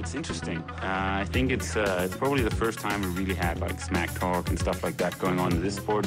It's interesting. I think it's probably the first time we really had like smack talk and stuff like that going on in this sport.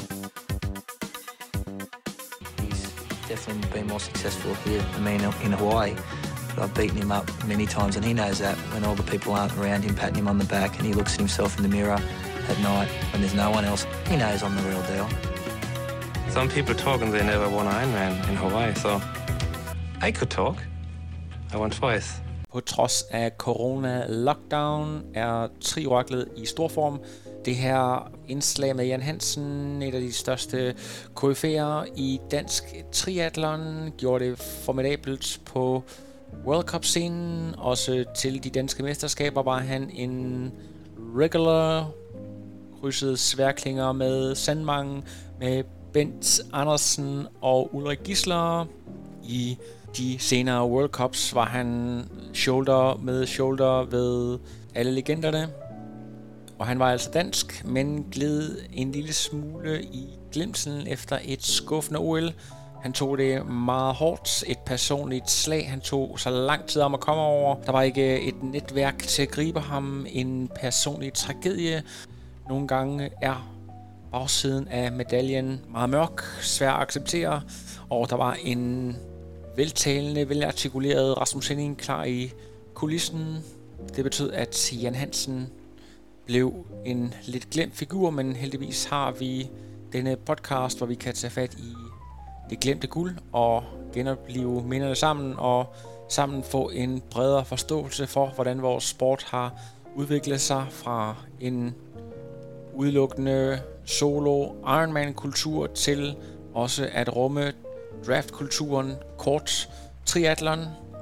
He's definitely been more successful here than me in Hawaii. But I've beaten him up many times, and he knows that when all the people aren't around him patting him on the back and he looks at himself in the mirror at night when there's no one else, he knows I'm the real deal. Some people talk and they never won Ironman in Hawaii, so I could talk. I won twice. På trods af corona-lockdown er trioraklet i stor form. Det her indslag med Jan Hansen, et af de største koryfæer i dansk triathlon, gjorde det formidabelt på World Cup-scenen. Også til de danske mesterskaber var han en regular, krydsede sværklinger med Sandmangen, med Bent Andersen og Ulrik Gisler. I de senere World Cups var han shoulder ved alle legenderne. Og han var altså dansk, men gled en lille smule i glemselen efter et skuffende OL. Han tog det meget hårdt, et personligt slag. Han tog så lang tid om at komme over. Der var ikke et netværk til at gribe ham. En personlig tragedie. Nogle gange er bagsiden af medaljen meget mørk, svær at acceptere. Og der var en veltalende, velartikuleret Rasmus Henning klar i kulissen. Det betød, at Jan Hansen blev en lidt glemt figur, men heldigvis har vi denne podcast, hvor vi kan tage fat i det glemte guld og genopleve minderne sammen og sammen få en bredere forståelse for, hvordan vores sport har udviklet sig fra en udelukkende solo Ironman-kultur til også at rumme draftkulturen, kort triathlon.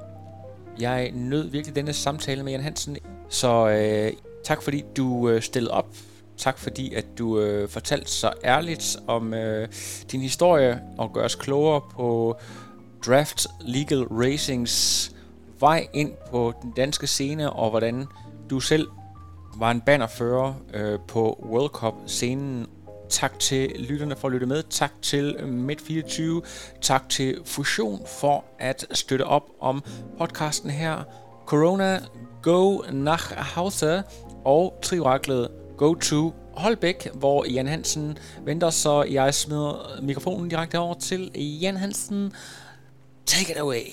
Jeg nød virkelig denne samtale med Jan Hansen, så tak fordi du stillede op. Tak fordi at du fortalte så ærligt om din historie og gør os klogere på Draft Legal Racings vej ind på den danske scene, og hvordan du selv var en bannerfører på World Cup-scenen. Tak til lytterne for at lytte med. Tak til Med24. Tak til Fusion for at støtte op om podcasten her. Corona, go nach Hause. Og trioraklet, go to Holbæk, hvor Jan Hansen venter, så jeg smider mikrofonen direkte over til Jan Hansen. Take it away.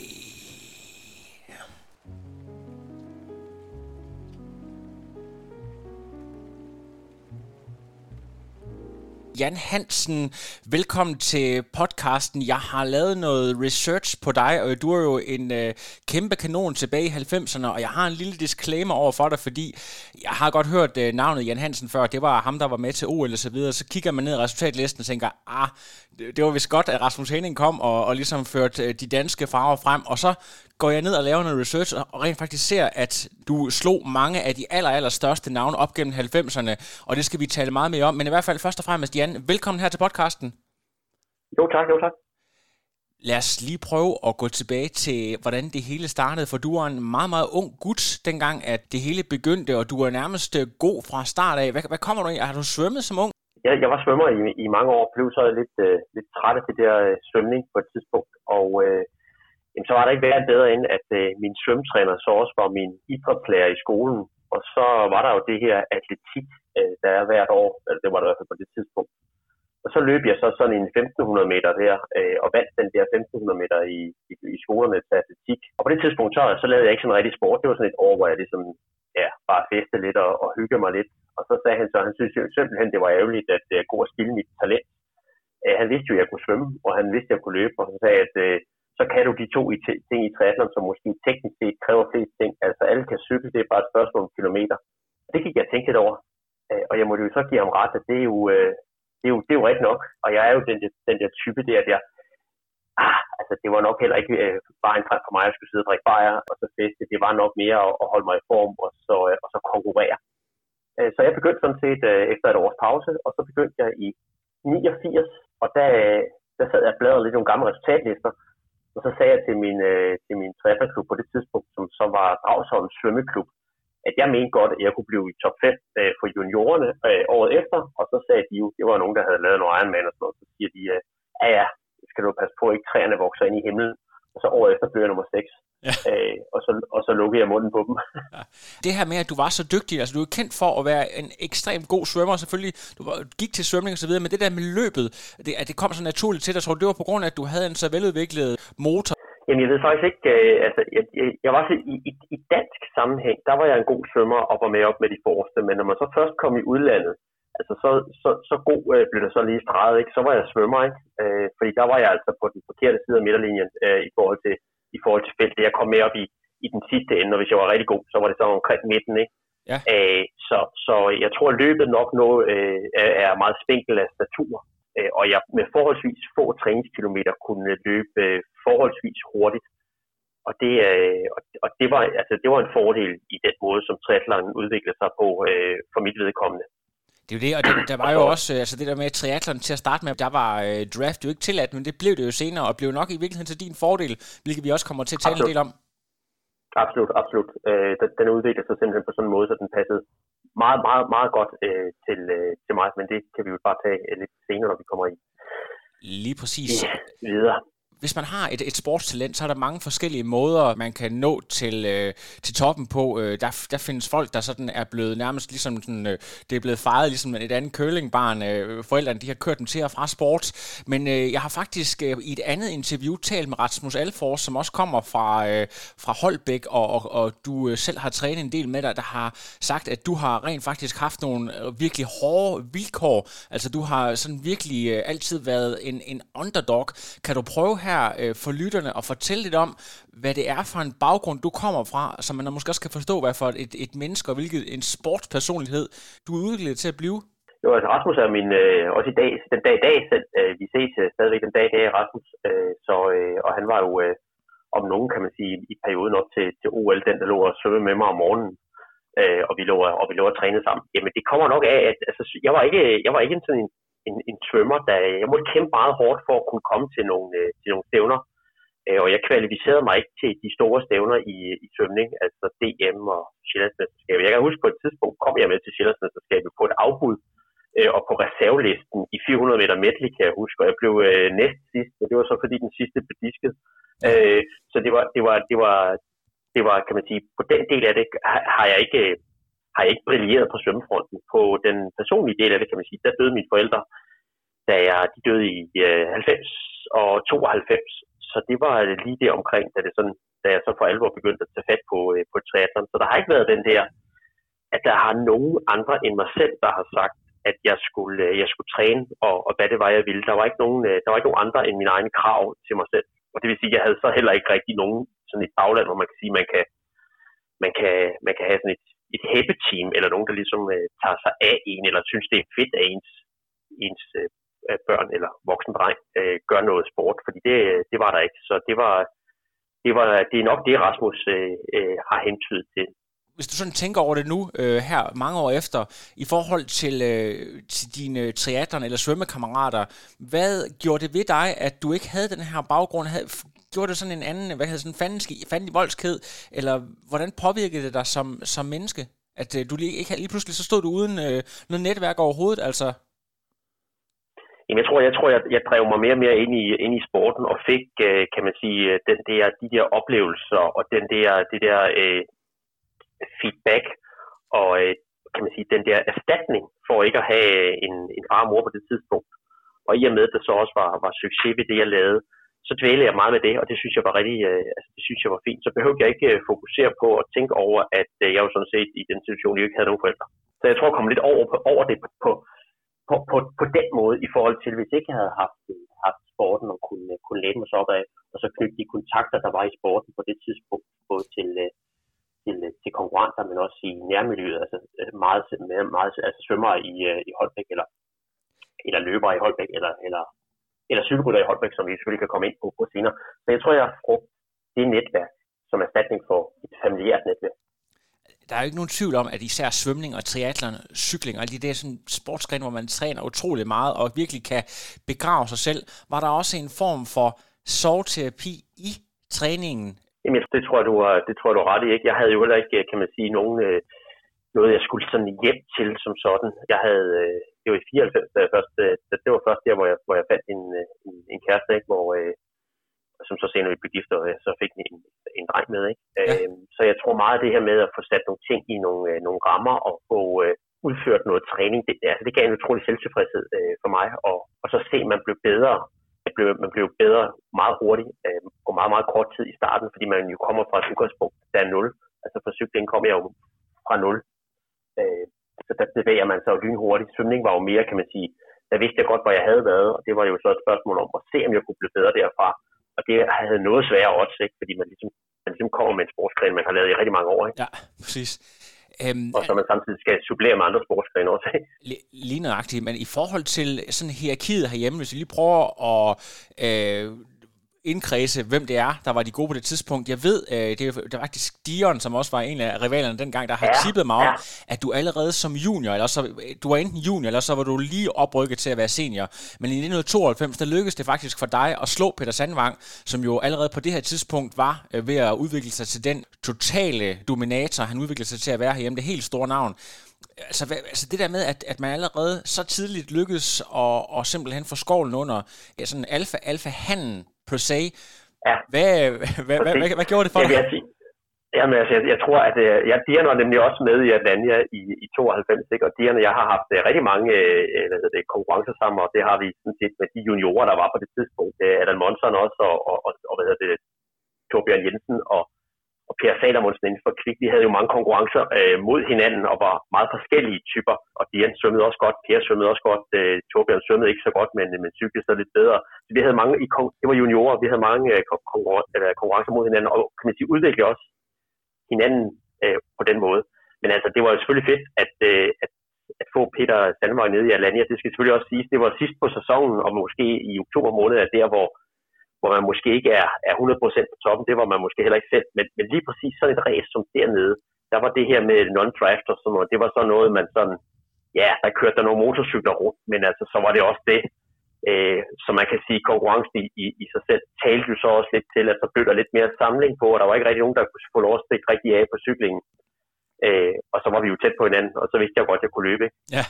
Jan Hansen, velkommen til podcasten. Jeg har lavet noget research på dig, og du er jo en kæmpe kanon tilbage i 90'erne, og jeg har en lille disclaimer over for dig, fordi jeg har godt hørt navnet Jan Hansen før. Det var ham, der var med til OL og så videre. Så kigger man ned i resultatlisten og tænker, det var vist godt, at Rasmus Henning kom og ligesom førte de danske farver frem, og så går jeg ned og laver noget research, og rent faktisk ser, at du slog mange af de allerstørste navne op gennem 90'erne, og det skal vi tale meget mere om. Men i hvert fald først og fremmest, Jan, velkommen her til podcasten. Jo tak. Lad os lige prøve at gå tilbage til, hvordan det hele startede, for du var en meget, meget ung gut, dengang at det hele begyndte, og du var nærmest god fra start af. Hvad kommer du i? Har du svømmet som ung? Jeg var svømmer i mange år, blev så lidt træt af det der svømning på et tidspunkt, og så var der ikke været bedre end, at min svømmetræner så også var min idrætslærer i skolen, og så var der jo det her atletik, der er hvert år, eller det var der i hvert fald på det tidspunkt. Og så løb jeg så sådan en 1500 meter der, og vandt den der 1500 meter i skolerne til atletik. Og på det tidspunkt, så lavede jeg ikke sådan en rigtig sport. Det var sådan et år, hvor jeg ligesom, bare festede lidt og hyggede mig lidt. Og så sagde han så, han synes jo simpelthen, det var ærgerligt, at jeg kunne spilde mit talent. Han vidste jo, at jeg kunne svømme, og han vidste, at jeg kunne løbe, og så sagde at så kan du de to ting i triathlon, som måske teknisk set kræver flest ting. Altså alle kan cykle, det er bare et spørgsmål om kilometer. Det gik jeg tænke lidt over. Og jeg måtte jo så give ham ret, at det er jo rigtigt nok. Og jeg er jo den der type der, altså det var nok heller ikke bare en drøm for mig, at jeg skulle sidde og drikke bajer, og så feste. Det var nok mere at holde mig i form, og så konkurrere. Så jeg begyndte sådan set efter et års pause, og så begyndte jeg i 89, og der sad jeg og bladrede lidt nogle gamle resultatlister. Og så sagde jeg til min triathlonklub på det tidspunkt, som så var Dragsholm Svømmeklub, at jeg mente godt, at jeg kunne blive i top 5 for juniorerne året efter. Og så sagde de jo, det var nogen, der havde lavet noget Ironman og sådan noget. Så siger de, skal du passe på, ikke træerne vokser ind i himlen. Og så året efter blev jeg nummer 6. Ja. Og så lukkede mere i munden på dem. Ja. Det her med, at du var så dygtig, altså du er kendt for at være en ekstremt god svømmer, selvfølgelig, du gik til svømning og så videre, men det der med løbet, at det kom så naturligt til dig, tror du, det var på grund af, at du havde en så veludviklet motor? Jamen, jeg ved faktisk ikke, altså, jeg var så i dansk sammenhæng, der var jeg en god svømmer og var med op med de forreste, men når man så først kom i udlandet, altså så god blev det så lige streget, ikke? Så var jeg svømmer, ikke? Fordi der var jeg altså på den forkerte side af midterlinjen i forhold til feltet. Jeg kom med op i den sidste ende, og hvis jeg var rigtig god, så var det så omkring midten, ikke? Ja. Så jeg tror, at løbet nok er meget spinkel af statur, og jeg med forholdsvis få træningskilometer kunne løbe forholdsvis hurtigt. Og det var en fordel i den måde, som triathlon udviklede sig på for mit vedkommende. Det er jo det, og der var jo også, altså det der med triathlon til at starte med, der var draft jo ikke tilladt, men det blev det jo senere, og blev nok i virkeligheden til din fordel, hvilket vi også kommer til at tale en del om. Absolut. Den udviklede sig simpelthen på sådan en måde, så den passede meget, meget, meget godt til mig, men det kan vi jo bare tage lidt senere, når vi kommer i. Lige præcis. Videre. Hvis man har et sportstalent, så er der mange forskellige måder, man kan nå til toppen på. Der findes folk, der sådan er blevet nærmest ligesom sådan, det er blevet fejret ligesom et andet curlingbarn. Forældrene, de har kørt dem til og fra sport. Men jeg har faktisk i et andet interview talt med Rasmus Alfors, som også kommer fra Holbæk, og du selv har trænet en del med dig, der har sagt, at du har rent faktisk haft nogle virkelig hårde vilkår. Altså du har sådan virkelig altid været en underdog. Kan du prøve her for lytterne og fortælle lidt om, hvad det er for en baggrund, du kommer fra, så man måske også kan forstå, hvad for et menneske og hvilket en sportspersonlighed, du er udviklet til at blive? Jo, altså Rasmus er min, også i dag, den dag i dag selv, vi ses stadigvæk den dag i dag, Rasmus, og han var jo om nogen, kan man sige, i perioden op til OL, den der lå og svømme med mig om morgenen, og vi lå og trænede sammen. Jamen det kommer nok af, at altså, jeg var ikke en sådan en svømmer, der jeg måtte kæmpe meget hårdt for at kunne komme til nogle stævner, og jeg kvalificerede mig ikke til de store stævner i svømning, altså DM og Sjællandsmesterskabet. Jeg kan huske på et tidspunkt kom jeg med til Sjællandsmesterskabet på et afbud og på reservelisten i 400 meter medley, kan jeg huske, og jeg blev næst sidst, og det var så fordi den sidste blev disket. Så det var, kan man sige, på den del af det har jeg ikke brilleret på svømmefronten. På den personlige del af det, kan man sige, der døde mine forældre, de døde i 90 og 92. Så det var lige det omkring, da jeg så for alvor begyndte at tage fat på triathlon. Så der har ikke været den der, at der har nogen andre end mig selv, der har sagt, at jeg skulle træne, og hvad det var, jeg ville. Der var ikke nogen andre end mine egne krav til mig selv. Og det vil sige, at jeg havde så heller ikke rigtig nogen sådan et bagland, hvor man kan sige, man kan have sådan et hæppeteam, eller nogen, der ligesom tager sig af en, eller synes, det er fedt, at ens børn eller voksen dreng gør noget sport, fordi det var der ikke. Så det er nok det, Rasmus har hentydet til. Hvis du sådan tænker over det nu, her mange år efter, i forhold til dine triathlon eller svømmekammerater, hvad gjorde det ved dig, at du ikke havde den her baggrund? Gjorde det sådan en anden, sådan fandelig voldsked, eller hvordan påvirkede det dig som menneske? At du lige pludselig så stod du uden noget netværk overhovedet, altså? Jamen, jeg tror, jeg drev mig mere og mere ind i sporten, og fik, kan man sige, de der oplevelser, og det der feedback, og kan man sige, den der erstatning for ikke at have en far og mor på det tidspunkt. Og i og med, at det så også var succes ved det, jeg lavede, så dvælede jeg meget med det, og det synes jeg var det synes jeg var fint. Så behøvede jeg ikke fokusere på at tænke over, at jeg jo sådan set i den situation, jeg ikke havde nogen forældre. Så jeg tror, jeg kom lidt over det på den måde, i forhold til, hvis jeg ikke havde haft sporten og kunne læne mig så op af, og så knytte de kontakter, der var i sporten på det tidspunkt, både til konkurrenter, men også i nærmiljøet, altså meget altså svømmere i Holbæk, eller løbere i Holbæk, eller cykelrytter i Holbæk, som vi selvfølgelig kan komme ind på senere. Så jeg tror, jeg har brugt det netværk som erstatning for et familiært netværk. Der er jo ikke nogen tvivl om, at især svømning og triathlon, cykling og de der sådan sportsgrene, hvor man træner utrolig meget og virkelig kan begrave sig selv, var der også en form for sorgterapi i træningen? Jamen, det tror jeg, du har ret i, ikke? Jeg havde jo heller ikke, kan man sige, noget, jeg skulle sådan hjem til som sådan. Jeg havde, det var i 94, det var først der, hvor jeg fandt en kæreste, ikke? Som så senere vi blev gift, og så fik en dreng med, ikke? Ja. Så jeg tror meget af det her med at få sat nogle ting i nogle rammer og få udført noget træning, det gav en utrolig selvtilfredshed for mig, og så se, at man blev bedre. Man blev bedre meget hurtigt, på meget, meget kort tid i starten, fordi man jo kommer fra et udgangspunkt, der er 0. Altså for cyklingen kom jeg jo fra 0. Så der bevæger man sig jo lynhurtigt. Svømning var jo mere, kan man sige, der vidste jeg godt, hvor jeg havde været, og det var jo så et spørgsmål om at se, om jeg kunne blive bedre derfra. Og det havde noget sværere odds, ikke? Fordi man ligesom kommer med en sportsgren, man har lavet i rigtig mange år, ikke? Ja, præcis. Og så man samtidig skal supplere med andre sportsgrene også. Lige nøjagtigt, men i forhold til sådan hierarkiet herhjemme, hvis vi lige prøver at indkredse, hvem det er, der var de gode på det tidspunkt. Jeg ved, det er faktisk Dion, som også var en af rivalerne dengang, der har tippet mig om, at du allerede som junior, eller så, du var enten junior, eller så var du lige oprykket til at være senior. Men i 1992, der lykkedes det faktisk for dig at slå Peter Sandvang, som jo allerede på det her tidspunkt var ved at udvikle sig til den totale dominator, han udviklede sig til at være herhjemme, det helt store navn. Altså det der med, at man allerede så tidligt lykkedes og simpelthen få skovlen under sådan alfa-hannen per se. Ja. Hvad gjorde det for dig? Jamen, altså, jeg tror, at Dian var nemlig også med i Atlanta i 92, ikke? Og Dian og jeg har haft rigtig mange konkurrencer sammen, og det har vi sådan set med de juniorer, der var på det tidspunkt. Adam Monson også, og Torbjørn Jensen og Per Salomonsen inden for Kvik. Vi havde jo mange konkurrencer mod hinanden og var meget forskellige typer. Og Dian svømmede også godt, Per svømmede også godt, Torbjørn svømmede ikke så godt, men cyklede så lidt bedre. Så vi havde mange, det var juniorer, vi havde mange konkurrencer mod hinanden, og kan man sige, udvikle også hinanden på den måde. Men altså, det var jo selvfølgelig fedt, at få Peter Sandvang nede i Alanya. Det skal selvfølgelig også siges, det var sidst på sæsonen, og måske i oktober måned er der, hvor man måske ikke er 100% på toppen. Det var man måske heller ikke selv. Men lige præcis sådan et race som dernede, der var det her med non-draft og sådan noget. Det var så noget, man sådan, ja, der kørte der nogle motorcykler rundt, men altså, så var det også det, som man kan sige, konkurrencen i sig selv talte jo så også lidt til, at så blev der lidt mere samling på, og der var ikke rigtig nogen, der kunne få lov at stikke rigtig af på cyklingen. Og så var vi jo tæt på hinanden, og så vidste jeg godt, at jeg kunne løbe. Ja.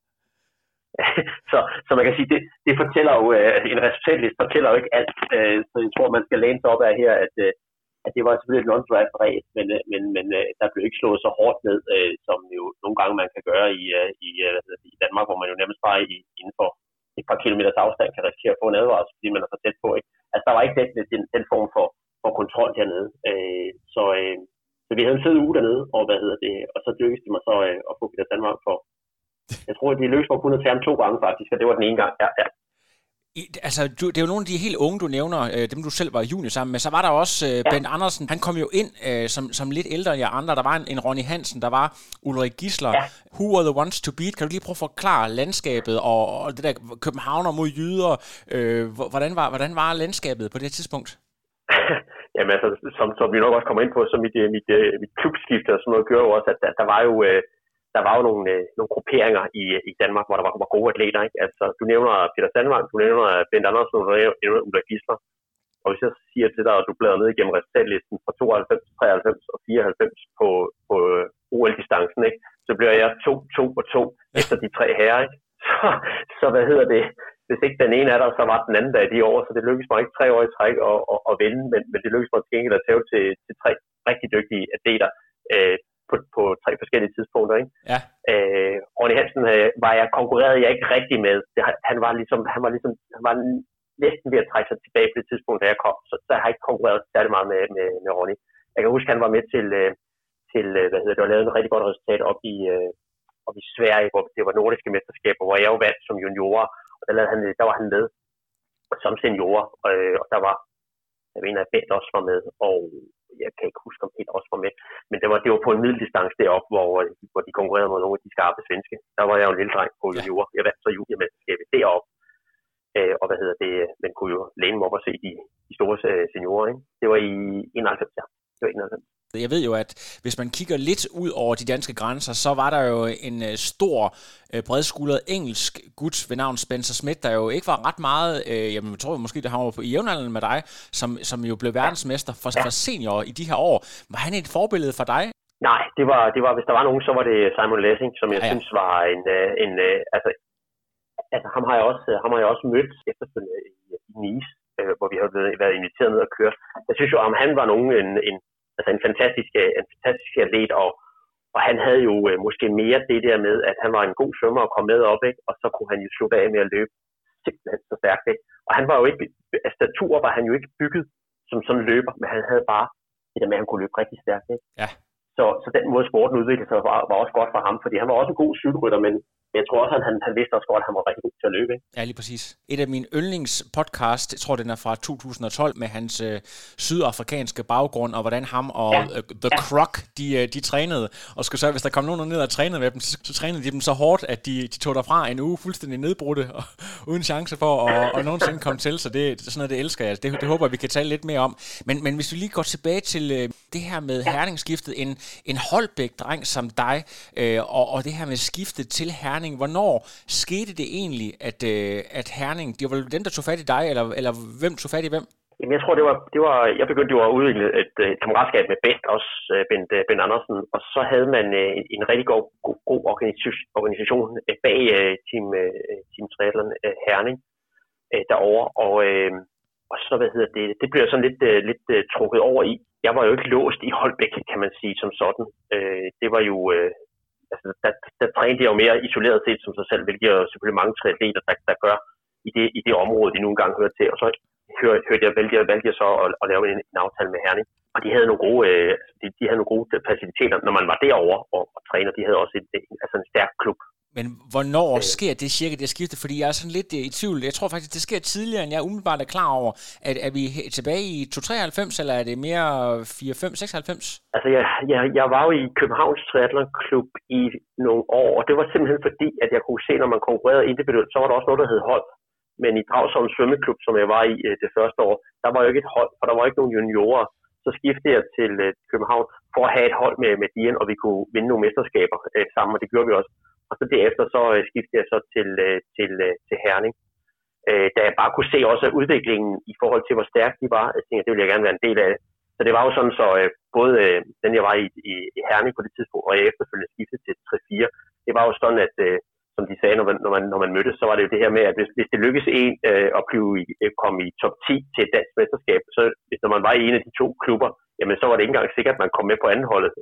Så man kan sige, det fortæller jo, en resultatliste fortæller jo ikke alt, så jeg tror, man skal læne sig op af her, at det var selvfølgelig et non-draft race, men der blev ikke slået så hårdt ned, som jo nogle gange man kan gøre i Danmark, hvor man jo nærmest bare inden for et par kilometers afstand kan risikere at få en advarsel, fordi man er for tæt på, ikke? Altså, der var ikke den form for kontrol dernede, så vi havde en fed uge dernede, og så lykkedes det mig så at få Peter Sandvang for. Jeg tror, at de lykkedes mig kun at tage ham 2 gange faktisk, og det var den ene gang. Ja. Altså, det er jo nogle af de helt unge, du nævner, dem du selv var junior sammen med. Så var der også Bent Andersen, han kom jo ind som lidt ældre end jer andre. Der var en Ronny Hansen, der var Ulrik Gisler. Ja. Who were the ones to beat? Kan du lige prøve at forklare landskabet og det der københavner mod jyder? Hvordan var landskabet på det tidspunkt? Jamen altså, som vi nok også kommer ind på, så mit klubskifte og sådan noget gør jo også, at der var jo nogle grupperinger i Danmark, hvor der var gode atleter, ikke? Altså, du nævner Peter Sandvang, du nævner Bent Andersen, du nævner Ulrik Gisler. Og hvis jeg siger til dig, at du bladrer ned igennem resultatlisten fra 92, 93 og 94 på OL-distancen, ikke? Så bliver jeg 2 og 2 efter de 3 herrer, ikke? Så hvis ikke den ene er der, så var den anden der i de år, så det lykkedes mig ikke 3 år i træk at vinde, men det lykkedes mig til gengæld at tage til 3 rigtig dygtige atleter på 3 forskellige tidspunkter, ikke? Ja. Ronny Hansen konkurrerede jeg ikke rigtig med. Han var næsten ved at trække sig tilbage på det tidspunkt, da jeg kom, så jeg har ikke konkurreret særlig meget med Ronny. Jeg kan huske, han var med til der lavede en rigtig godt resultat op i Sverige, hvor det var nordiske mesterskaber, hvor jeg jo vandt som juniorer, og der var han med som seniorer, og der var, jeg mener, at Bent også var med, og jeg kan ikke huske, om Peter også var med, men det var på en middeldistance deroppe, hvor de konkurrerede mod nogle af de skarpe svenske. Der var jeg jo en lille dreng på juniorer. Jeg vandt så juniormesterskabet deroppe, og men kunne jo læne mig op og se de store seniorer, ikke? Det var i 91, ja. Det var 91. Jeg ved jo, at hvis man kigger lidt ud over de danske grænser, så var der jo en stor, bredskuldret engelsk gut ved navn Spencer Smith, der jo ikke var ret meget, jeg tror måske, det var på i jævnaldrende med dig, som jo blev verdensmester for seniorer i de her år. Var han et forbillede for dig? Nej, det var hvis der var nogen, så var det Simon Lessing, som jeg synes var altså ham har jeg også mødt efterfølgende i Nice, hvor vi har været inviteret ned og køre. Jeg synes jo, om han var Altså en fantastisk atlet, og han havde jo måske mere det der med, at han var en god svømmer og kom med op, ikke? Og så kunne han jo slutte af med at løbe simpelthen så stærkt, ikke? Og han var jo ikke, af statur var han jo ikke bygget som sådan en løber, men han havde bare det der med, at han kunne løbe rigtig stærkt, ikke? Ja. Så den måde sporten udviklede sig var også godt for ham, fordi han var også en god cykelrytter, men jeg tror også, at han vidste også godt, at han var rigtig god til at løbe, ikke? Ja, lige præcis. Et af mine yndlingspodcast, jeg tror, den er fra 2012, med hans sydafrikanske baggrund, og hvordan ham og The Croc, de trænede. Og skulle så, hvis der kom nogen ned og trænede med dem, så trænede de dem så hårdt, at de tog derfra en uge fuldstændig nedbrudte, og uden chance for at nogensinde komme til. Så det sådan noget, det elsker jeg. Det håber jeg, vi kan tale lidt mere om. Men hvis vi lige går tilbage til det her med Herning-skiftet, en Holbæk-dreng som dig, og det her med skiftet til Herning, hvornår skete det egentlig, at Herning, det var vel dem, der tog fat i dig, eller hvem tog fat i hvem? Jamen, jeg tror, det var jeg begyndte jo at udvikle et kammeratskab med Bent, også Bent Andersen, og så havde man en rigtig god organisation bag Team Triathlon Herning derovre, og så, det blev sådan lidt trukket over i. Jeg var jo ikke låst i Holbæk, kan man sige, som sådan. Det var jo, altså, der trænede jeg jo mere isoleret set som sig selv, hvilket jo selvfølgelig mange triatleter, der gør i det område, de nu engang hører til. Og så valgte jeg så at lave en aftale med Herning. Og de havde nogle gode, de havde nogle gode faciliteter, når man var derovre og træner. De havde også en stærk klub. Men hvornår sker det cirka, det skifte? Fordi jeg er sådan lidt i tvivl. Jeg tror faktisk, det sker tidligere, end jeg umiddelbart er klar over. Er vi tilbage i 293, eller er det mere 4, 5, 96? Altså, jeg var jo i Københavns Triathlon Klub i nogle år, og det var simpelthen fordi, at jeg kunne se, når man konkurrerede individuelt, så var der også noget, der hed hold. Men i Dragsholm Svømmeklub, som jeg var i det første år, der var jo ikke et hold, for der var ikke nogen juniorer. Så skiftede jeg til København for at have et hold med Dian, og vi kunne vinde nogle mesterskaber sammen, og det gjorde vi også. Og så derefter så skiftede jeg så til Herning. Da jeg bare kunne se også udviklingen i forhold til, hvor stærk de var. Jeg tænkte, det ville jeg gerne være en del af. Så det var jo sådan, så både den jeg var i Herning på det tidspunkt, og jeg efterfølgende skiftede til 3-4. Det var jo sådan, at som de sagde, når man mødtes, så var det jo det her med, at hvis det lykkedes at komme i top 10 til et dansk mesterskab, så hvis når man var i en af de to klubber, jamen så var det ikke engang sikkert, at man kom med på anden holdet.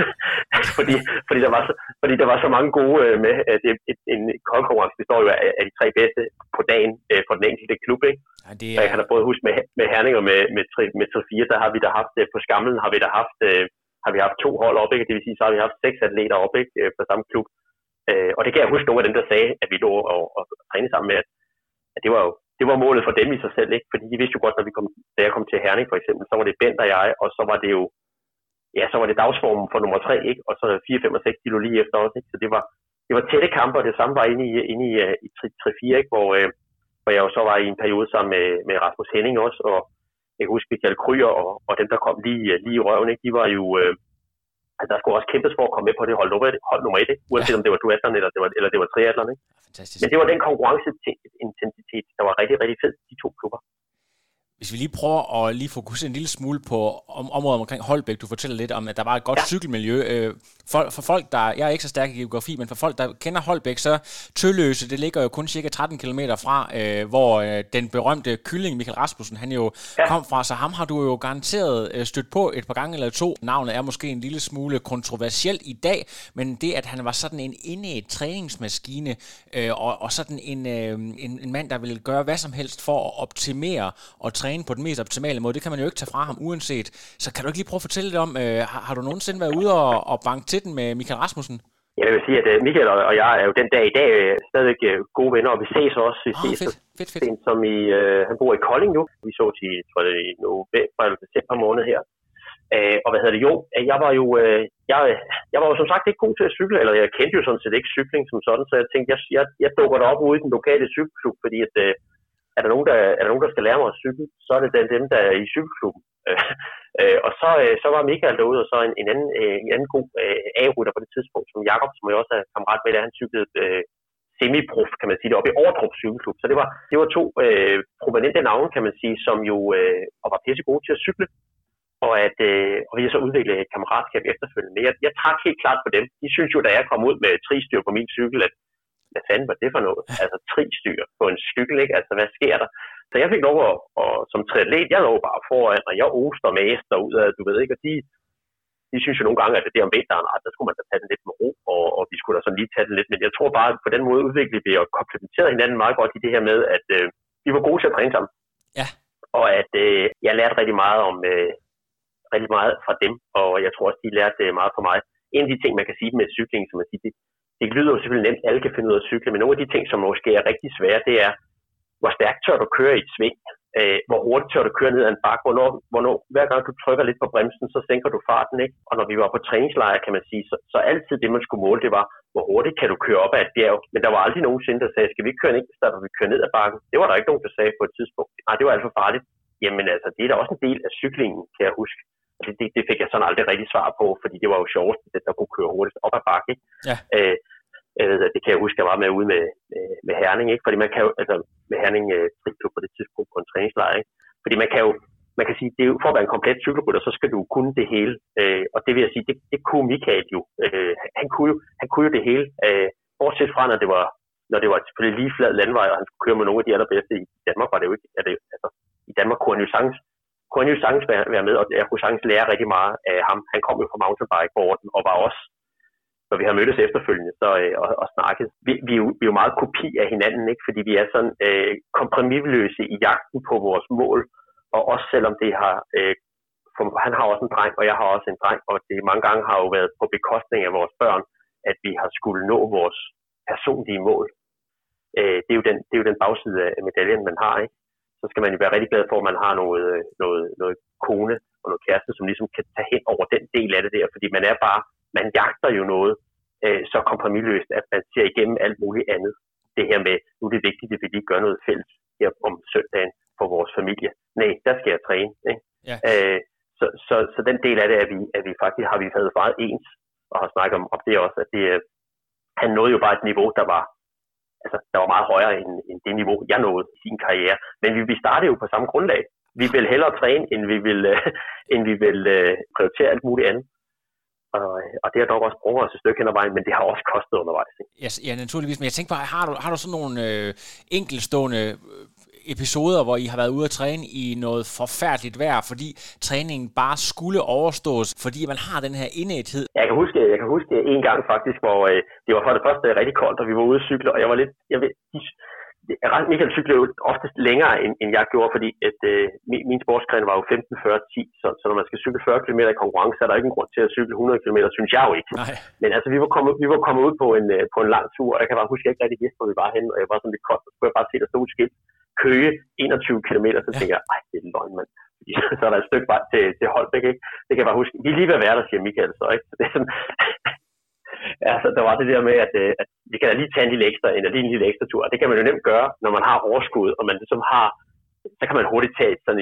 fordi der var så mange gode med. En holdkonkurrence består jo af de tre bedste på dagen for den enkelte klub, ikke? Ja, så jeg kan da både huske med Herning og med 3-4, der har vi da haft, på Skamlen har vi haft 2 hold op, ikke? Det vil sige, så har vi haft 6 atleter op, ikke? På samme klub. Og det kan jeg huske nogle af dem, der sagde, at vi lå og trænede sammen med, at det var målet for dem i sig selv, ikke? Fordi de vidste jo godt, da jeg kom til Herning for eksempel, så var det Bent og jeg, og så var det jo, så var det dagsformen for nummer 3, ikke? Og så 4, 5 og 6 kilo lige efter også, ikke? Så det var tætte kampe, og det samme var inde i 3-4, ikke? Hvor jeg jo så var i en periode sammen med Rasmus Henning også, og jeg kan huske Michael Kryer og dem, der kom lige i røven, ikke? De var jo, der skulle også kæmpes for at komme med på det hold nummer 1, ikke? Uanset om det var duatlon eller det var triatlon, ikke? Fantastisk. Men det var den konkurrenceintensitet, der var rigtig, rigtig fed, de to klubber. Hvis vi lige prøver at lige fokusere en lille smule på området omkring Holbæk, du fortæller lidt om, at der var et godt cykelmiljø. For folk, jeg er ikke så stærk i geografi, men for folk, der kender Holbæk, så Tølløse, det ligger jo kun cirka 13 km fra, hvor den berømte kylling Michael Rasmussen, han jo kom fra, så ham har du jo garanteret stødt på et par gange eller 2. Navnet er måske en lille smule kontroversielt i dag, men det, at han var sådan en indædt træningsmaskine, og sådan en mand, der ville gøre hvad som helst for at optimere og træne på den mest optimale måde, det kan man jo ikke tage fra ham uanset. Så kan du ikke lige prøve at fortælle lidt om, har du nogensinde været ude og banke til den med Michael Rasmussen? Jeg vil sige, at Michael og jeg er jo den dag i dag stadig gode venner, og vi ses også. Fedt. Som han bor i Kolding nu. Vi så til, tror jeg, i november eller december måned her. Og jeg var jo som sagt ikke god til at cykle, eller jeg kendte jo sådan set ikke cykling som sådan, så jeg tænkte, jeg dukker derop ude i den lokale cykelklub, fordi at er der nogen, der skal lære mig at cykle, så er det dem, der er i cykelklubben. Og så var Michael derude, og så en anden god A-rytter på det tidspunkt, som Jakob, som jeg også er kammerat med, der han cyklede semi-prof, kan man sige det, op i Overdrup cykelklub. Så det var 2 prominente navne, kan man sige, som jo var pisse gode til at cykle. Og vi har så udviklet et kammeratskab efterfølgende. Jeg trak helt klart på dem. De synes jo, da jeg kom ud med 3-styr på min cykel, at hvad fanden var det for noget? Altså 3-styr på en cykel, ikke? Altså hvad sker der? Så jeg fik lov at som triatlet, jeg lå bare foran, og jeg oster med æster ud af, du ved ikke, og de synes jo nogle gange, at det om vinteren, der skulle man da tage den lidt med ro, og vi skulle da sådan lige tage den lidt. Men jeg tror bare, at på den måde udviklede vi og komplementerede hinanden meget godt i det her med, at vi var gode til at træne sammen. Ja. Og at jeg lærte rigtig meget rigtig meget fra dem, og jeg tror også, de lærte meget fra mig. En af de ting, man kan sige med cykling, som man siger, det lyder jo selvfølgelig nemt, alle kan finde ud af at cykle, men nogle af de ting, som måske er rigtig svære, det er, hvor stærkt tør du køre i et sving, hvor hurtigt tør du køre ned ad en bakke, hvornår hver gang du trykker lidt på bremsen, så sænker du farten, ikke? Og når vi var på træningslejr, kan man sige, så altid det, man skulle måle, det var, hvor hurtigt kan du køre op ad et bjerg, men der var aldrig nogensinde, der sagde, skal vi ikke køre ned, så vi køre ned ad bakken? Det var der ikke nogen, der sagde på et tidspunkt. Nej, det var alt for farligt. Jamen altså, det er da også en del af cyklingen, kan jeg huske. Det fik jeg sådan aldrig rigtig svar på, fordi det var jo sjovt, at der kunne køre hurtigt op ad bakke, ikke? Ja. Det kan jeg huske, jeg var med ude med Herning, ikke? Fordi man kan jo, altså med Herning Friklub på det tidspunkt på en træningslejr, ikke? Fordi man kan sige, det er jo for at være en komplet cykelrytter, så skal du kunne det hele. Og det vil jeg sige, det kunne Michael jo. Han kunne jo det hele. Bortset fra, når det var selvfølgelig lige flad landvej, og han skulle køre med nogle af de allerbedste i Danmark, var det jo ikke. Altså, i Danmark kunne han jo sagtens være med, og jeg kunne sagtens lære rigtig meget af ham. Han kom jo fra mountainbikeboarden og var også, når vi har mødtes efterfølgende og snakket. Vi er jo meget kopi af hinanden, ikke? Fordi vi er sådan kompromisløse i jagten på vores mål, og også selvom det har, han har også en dreng, og jeg har også en dreng, og det mange gange har jo været på bekostning af vores børn, at vi har skulle nå vores personlige mål. Det er jo den bagside af medaljen, man har, ikke? Så skal man jo være rigtig glad for, at man har noget kone og noget kæreste, som ligesom kan tage hen over den del af det der, fordi man jagter jo noget så kompromisløst, at man ser igennem alt muligt andet. Det her med, nu er det vigtigt, at vi lige gør noget fælles her om søndagen for vores familie. Nej, der skal jeg træne, ikke? Ja. Så den del af det, at vi faktisk har været meget ens, og har snakket om det også, at han nåede jo bare et niveau, der var meget højere end det niveau, jeg nåede i sin karriere. Men vi startede jo på samme grundlag. Vi vil hellere træne, end vi vil prioritere alt muligt andet. Og det har dog også brugt os et stykke hen ad vejen, men det har også kostet undervejs. Ja, naturligvis. Men jeg tænker bare, har du sådan nogle enkeltstående episoder, hvor I har været ude at træne i noget forfærdeligt vejr, fordi træningen bare skulle overstås, fordi man har den her indæthed? Jeg kan huske en gang faktisk, hvor det var for det første rigtig koldt, og vi var ude at cykle, og jeg var lidt... Michael cyklede jo oftest længere, end jeg gjorde, fordi at, min sportsgren var jo 15-40-10, så når man skal cykle 40 km i konkurrence, er der ikke en grund til at cykle 100 km, synes jeg jo ikke. Nej. Men altså, vi var kommet ud på en lang tur, og jeg kan bare huske, at jeg ikke rigtig vidste, hvor vi var henne, og jeg var sådan lidt koldt, så skulle jeg bare se, der stod et skilt, Køge 21 km, så tænker jeg, det er løgn, mand. Så er der et stykke vej til Holbæk, ikke? Det kan jeg bare huske. Vi er lige ved at være der, siger Michael, så ikke? Så det er sådan... Altså, der var det der med, at vi kan da lige tage en lille ekstra tur, og det kan man jo nemt gøre, når man har overskud, og man ligesom har, så kan man hurtigt tage sådan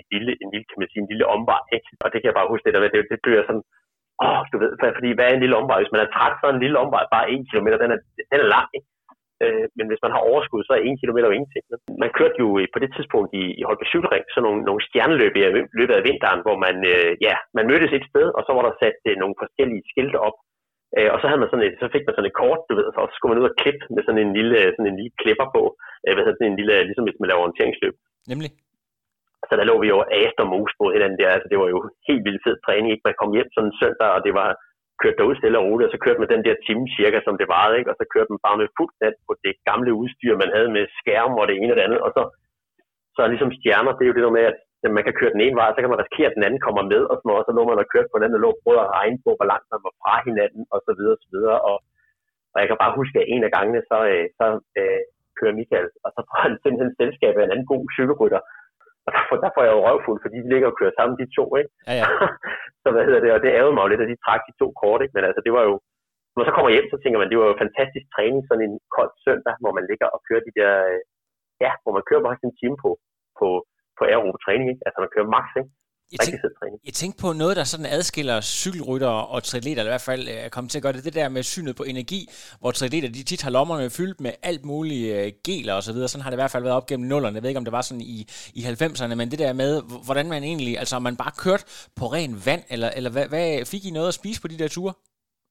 en lille omvej, ikke? Og det kan jeg bare huske, det bliver sådan, du ved, fordi hvad er en lille omvej? Hvis man er træt, så er en lille omvej bare 1 kilometer, den er lang, ikke? Men hvis man har overskud, så er 1 kilometer jo ingenting. Man kørte jo på det tidspunkt i Holbæk Cykelring, så nogle stjerneløb i løbet af vinteren, hvor man mødtes et sted, og så var der sat nogle forskellige skilte op. Og så havde man så fik man sådan et kort, du ved, og så skulle man ud og klippe med sådan en lille klipper på, sådan en lille, ligesom hvis man laver orienteringsløb. Nemlig. Så der lå vi jo æst og mos på hinanden der, altså det var jo helt vildt fed træning, ikke? Man kom hjem sådan en søndag, og det var kørt derud stille og roligt, og så kørte man den der time cirka, som det varede, ikke? Og så kørte man bare med fuldt nat på det gamle udstyr, man havde med skærm og det ene og det andet, og så ligesom stjerner, det er jo det der med, at man kan køre den ene vej, så kan man risikere, at den anden kommer med, og så lå man og kørte på den, og lå og prøvede at regne på, hvor langt man var fra hinanden, og så videre, og så videre. Og jeg kan bare huske, at en af gangene, så kører Michael, og så får han simpelthen selskab af en anden god cykelrytter. Og der får jeg jo røvfuld, fordi de ligger og kører sammen, de to, ikke? Ja. Så og det ærgede mig jo lidt, at de trak de to kort, ikke? Men altså, det var jo, når man så kommer hjem, så tænker man, det var jo fantastisk træning, sådan en kold søndag, hvor man ligger og kører de der, hvor man kører bare en time på aerob træning, ikke? Altså man kører max, ikke? Jeg tænkte på noget, der sådan adskiller cykelryttere og triatleter, eller i hvert fald er kommet til at gøre det der med synet på energi, hvor triatleter, de tit har lommerne fyldt med alt muligt geler og så videre. Sådan har det i hvert fald været op gennem nullerne. Jeg ved ikke, om det var sådan i 90'erne, men det der med, hvordan man egentlig, altså om man bare kørte på ren vand, eller hvad fik I noget at spise på de der ture?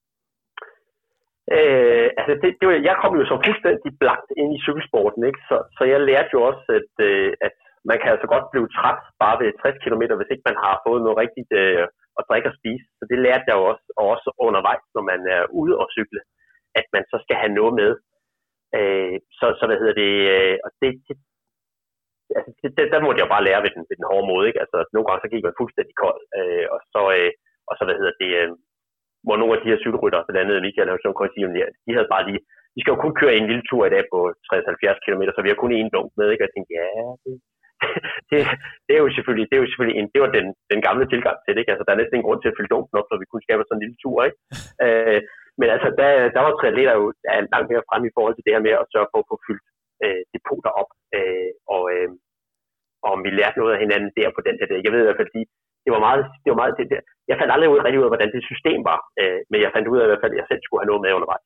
Altså jeg kom jo så fuldstændig blankt ind i cykelsporten, ikke? Så jeg lærte jo også, at man kan altså godt blive træt bare ved 60 km, hvis ikke man har fået noget rigtigt at drikke og spise. Så det lærte jeg jo også undervejs, når man er ude og cykle, at man så skal have noget med. Så hvad hedder det, og der måtte jeg jo bare lære ved den hårde måde, ikke? Altså, nogle gange så gik man fuldstændig kold, og så hvad hedder det, hvor nogle af de her cykelrytter, blandt andet Michael og Søren Korsivn, de havde bare lige, vi skal jo kun køre en lille tur i dag på 60-70 km, så vi har kun én dunk med, ikke? Og jeg tænkte, ja, det er jo selvfølgelig det var den gamle tilgang til det, ikke? Altså, der er næsten ingen grund til at fylde dunken op, så vi kunne skabe sådan en lille tur, ikke? Men altså, der var triatleter jo langt mere fremme i forhold til det her med at sørge for at få fyldt depoter op, og vi lærte noget af hinanden der på den der dag. Jeg ved i hvert fald, det var meget det der. Jeg fandt aldrig rigtig ud af, hvordan det system var, men jeg fandt ud af i hvert fald, at jeg selv skulle have noget med undervejs.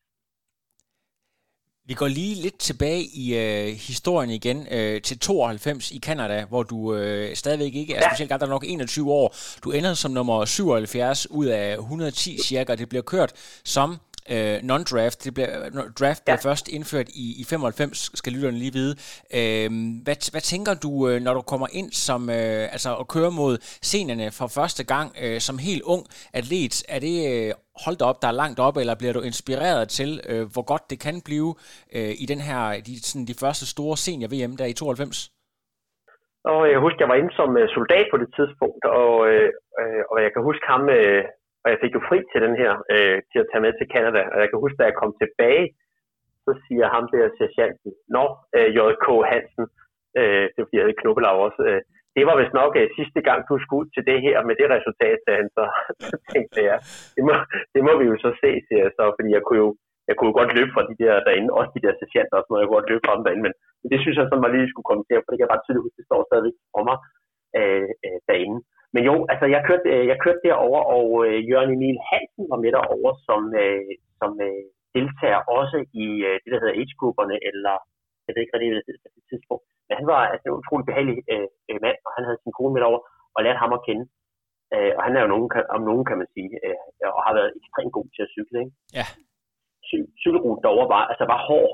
Vi går lige lidt tilbage i historien igen til 92 i Canada, hvor du stadigvæk ikke er specielt gammel, der er nok 21 år. Du ender som nummer 77 ud af 110 cirka, det bliver kørt som non-draft. Draft blev først indført i 95, skal lytterne lige vide. Hvad tænker du, når du kommer ind som og kører mod seniorerne for første gang som helt ung atlet? Er det holdt op, der er langt op, eller bliver du inspireret til, hvor godt det kan blive i den her de første store senior-VM der i 92? Og jeg husker, jeg var inde som soldat på det tidspunkt, og jeg kan huske ham, og jeg fik jo fri til den her, til at tage med til Canada, og jeg kan huske, da jeg kom tilbage, så siger ham der sergeanten, J.K. Hansen, det er fordi, jeg havde Knubbelau også, det var vist nok sidste gang, du skulle ud til det her, med det resultat, sagde han så. Tænkte jeg, det må vi jo så se, siger jeg så, fordi jeg kunne jo godt løbe fra de der derinde, også de der sergeanter, og sådan noget, jeg kunne godt løbe fra dem derinde, men det synes jeg sådan, man lige skulle kommentere, for det kan jeg ret tydeligt huske, det står stadigvæk for mig derinde. Men jo, altså jeg kørte derover, og Jørgen Emil Hansen var med derover som deltager også i det, der hedder age-grupperne, eller jeg ved ikke rigtig, hvad det hedder på det tidspunkt. Men han var altså en utrolig behagelig mand, og han havde sin kone med derover, og lærte ham at kende. Og han er jo nogen kan man sige, og har været ekstremt god til at cykle, ikke? Ja. Cykelruten derover var hård,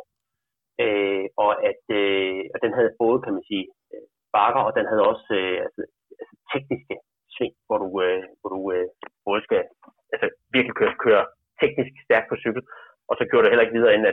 og den havde både, kan man sige, bakker, og den havde også tekniske sving, hvor du både skal virkelig køre teknisk stærkt på cykel, og så kører du heller ikke videre end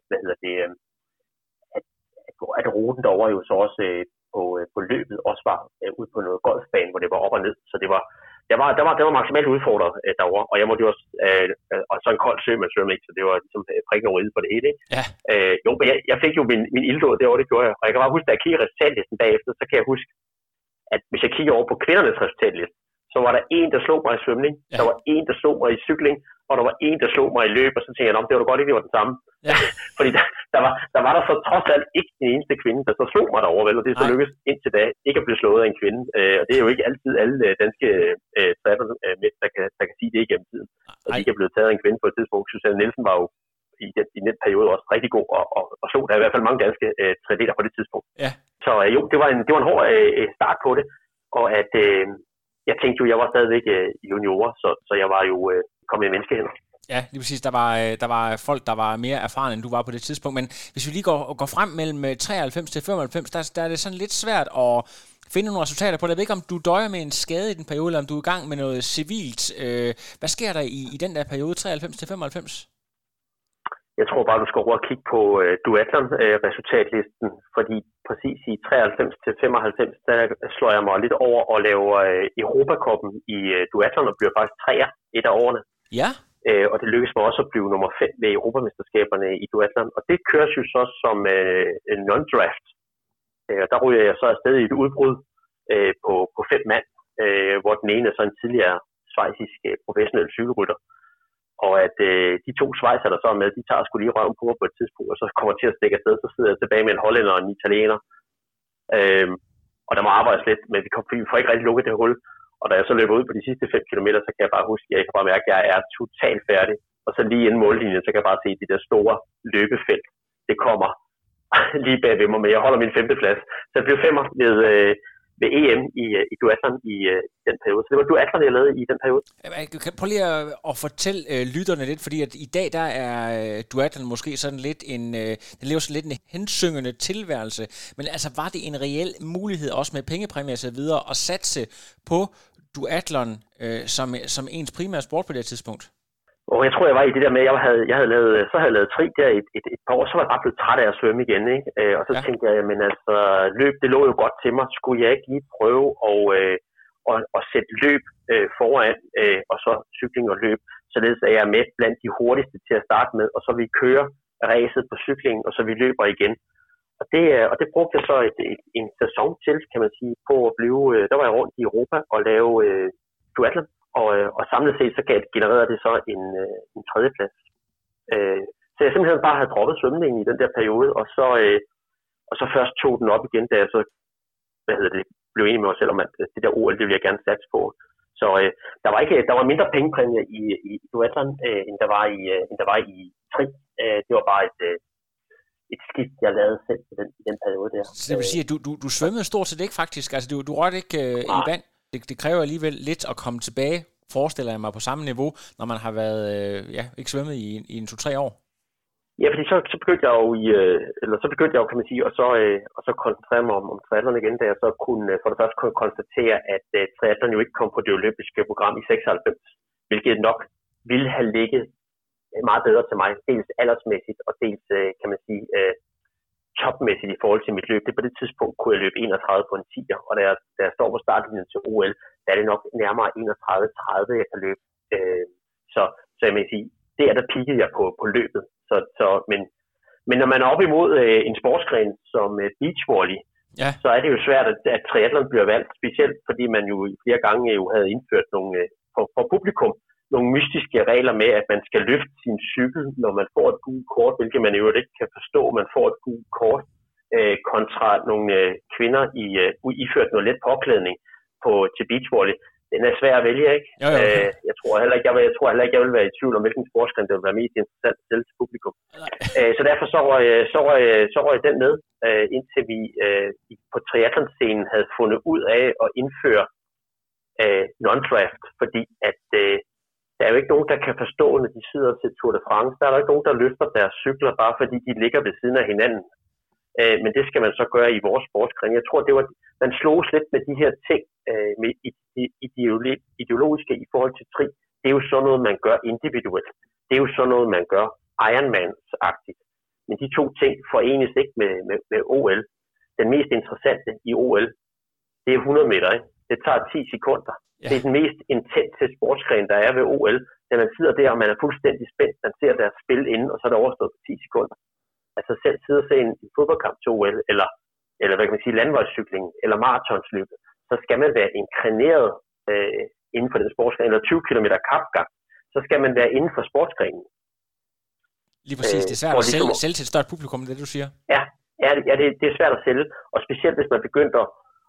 at ruten derover jo så også på løbet også var ude på noget golfbane, hvor det var op og ned, så det var maksimalt udfordret derover, og jeg måtte jo også og så en kold sø med svømme, ikke, så det var ligesom prikken over ide på det hele, ikke? Ja. Jo, men jeg fik jo min ilddåd derovre, det gjorde jeg, og jeg kan bare huske, da jeg kiggede resultatlisten bagefter, så kan jeg huske, at hvis jeg kigger over på kvindernes resultatliste, så var der en, der slog mig i svømning, der var en, der slog mig i cykling, og der var en, der slog mig i løb, og så tænkte jeg, det var da godt ikke, det var den samme. Ja. Fordi der var der så trods alt ikke den eneste kvinde, der så slog mig derovre, vel, og det er så lykkedes indtil da ikke at blive slået af en kvinde. Og det er jo ikke altid alle danske der kan sige det igennem tiden. Og de ikke er blevet taget af en kvinde på et tidspunkt. Susanne Nielsen var jo i den periode også rigtig god, og slog der i hvert fald mange danske triatleter på det tidspunkt. Ja. Så jo, det var en hård start på det, og at jeg tænkte jo, jeg var stadigvæk junior, så jeg var jo kommet i menneskehænder. Ja, lige præcis. Der var folk, der var mere erfarne, end du var på det tidspunkt. Men hvis vi lige går frem mellem 93 til 95, der er det sådan lidt svært at finde nogle resultater på det. Jeg ved ikke, om du døjer med en skade i den periode, eller om du er i gang med noget civilt. Hvad sker der i den der periode, 93 til 95? Jeg tror bare, du skal over og kigge på duathlon-resultatlisten, fordi præcis i 93 til 95, der slår jeg mig lidt over og laver Europacupen i duathlon, og bliver faktisk 3'er et af årene. Ja. Og det lykkedes mig også at blive nummer 5 ved Europamesterskaberne i duathlon, og det køres jo så som non-draft. Og der ryger jeg så afsted i et udbrud på 5 mand, hvor den ene er så en tidligere schweizisk professionel cykelrytter. Og at de 2 schweizer, der så er med, de tager sgu lige røven på et tidspunkt, og så kommer til at stikke afsted, så sidder jeg tilbage med en hollænder og en italiener. Og der må arbejdes lidt, men vi får ikke rigtig lukket det hul. Og da jeg så løber ud på de sidste 5 kilometer, så kan jeg bare huske, jeg kan bare mærke, at jeg er totalt færdig. Og så lige inden mållinjen, så kan jeg bare se det der store løbefelt. Det kommer lige bag ved mig, men jeg holder min 5. plads. Så jeg blev 5'er ved EM i duathlon i den periode. Så det var duathlon, jeg lavede i den periode. Prøv lige at fortælle lytterne lidt, fordi at i dag der er duathlon måske sådan lidt den lever sådan lidt en hensyngende tilværelse. Men altså var det en reel mulighed også med pengepræmier og så videre at satse på duatlon som ens primære sport på det tidspunkt? Og jeg tror, jeg var i det der med, at jeg havde lavet tri der et par år, så var jeg bare blevet træt af at svømme igen, ikke? Og så tænkte jeg, men altså, løb, det lå jo godt til mig. Skulle jeg ikke lige prøve at sætte løb foran, og så cykling og løb, således at jeg er med blandt de hurtigste til at starte med, og så vi kører racet på cyklingen, og så vi løber igen. Og det brugte jeg så en sæson til, kan man sige, på at blive, der var jeg rundt i Europa og lave duatlon. Og samlet set, så genererede det så en tredjeplads. Så jeg simpelthen bare havde droppet svømningen i den der periode, og så først tog den op igen, da jeg så blev enig med mig selv om, at det der OL, det ville jeg gerne satse på. Så der var mindre pengepræmie i duatlon, end der var i tri. Det var bare et skift, jeg lavede selv i den periode der. Så det vil sige, at du svømmede stort set ikke faktisk? Altså, du rørte ikke i vand? Det kræver alligevel lidt at komme tilbage, forestiller jeg mig, på samme niveau, når man har været ikke svømmet i 2-3 år. Ja, fordi så begyndte jeg jo kan man sige, og så koncentrere mig om triathlon igen, da jeg så for det første kunne konstatere, at triathlon jo ikke kom på det olympiske program i 96, hvilket nok ville have ligget meget bedre til mig, dels aldersmæssigt og dels, kan man sige, topmæssigt i forhold til mit løb. Det på det tidspunkt kunne jeg løbe 31 på en 10'er, og da jeg står på startlinjen til OL, der er det nok nærmere 31-30, jeg kan løbe. Så jeg vil sige, der peakede jeg på løbet. Men når man er op imod en sportsgren som beachvolley, så er det jo svært, at triathlon bliver valgt, specielt fordi man jo flere gange jo havde indført nogle, for publikum, nogle mystiske regler med, at man skal løfte sin cykel, når man får et gult kort, hvilket man jo ikke kan forstå, man får et gult kort, kontra nogle kvinder iført noget let påklædning til beachvolley. Den er svær at vælge, ikke? Jo. Jeg tror heller ikke, jeg vil være i tvivl om, hvilken sportsgren det vil være mest interessant at sælge til publikum. Så derfor så røg den med, indtil vi på triathlon-scenen havde fundet ud af at indføre non-draft, fordi at der er jo ikke nogen, der kan forstå, når de sidder til Tour de France. Der er ikke nogen, der løfter deres cykler, bare fordi de ligger ved siden af hinanden. Men det skal man så gøre i vores sportsgren. Jeg tror, man sloges lidt med de her ting, med ideologiske i forhold til tri. Det er jo sådan noget, man gør individuelt. Det er jo sådan noget, man gør Ironman-agtigt. Men de to ting forenes ikke med OL. Den mest interessante i OL, det er 100 meter, ikke? Det tager 10 sekunder. Ja. Det er den mest intense sportsgren, der er ved OL. Da man sidder der, og man er fuldstændig spændt, man ser deres spil inden, og så er det overstået på 10 sekunder. Altså selv sidde og se en fodboldkamp til OL, eller hvad kan man sige, landvejscykling, eller maratonsløbet, så skal man være inklineret inden for den sportsgren, eller 20 km kapgang, så skal man være inden for sportsgrenen. Lige præcis, det er svært at sælge til et større publikum, det du siger. Ja, det er svært at sælge, og specielt hvis man begynder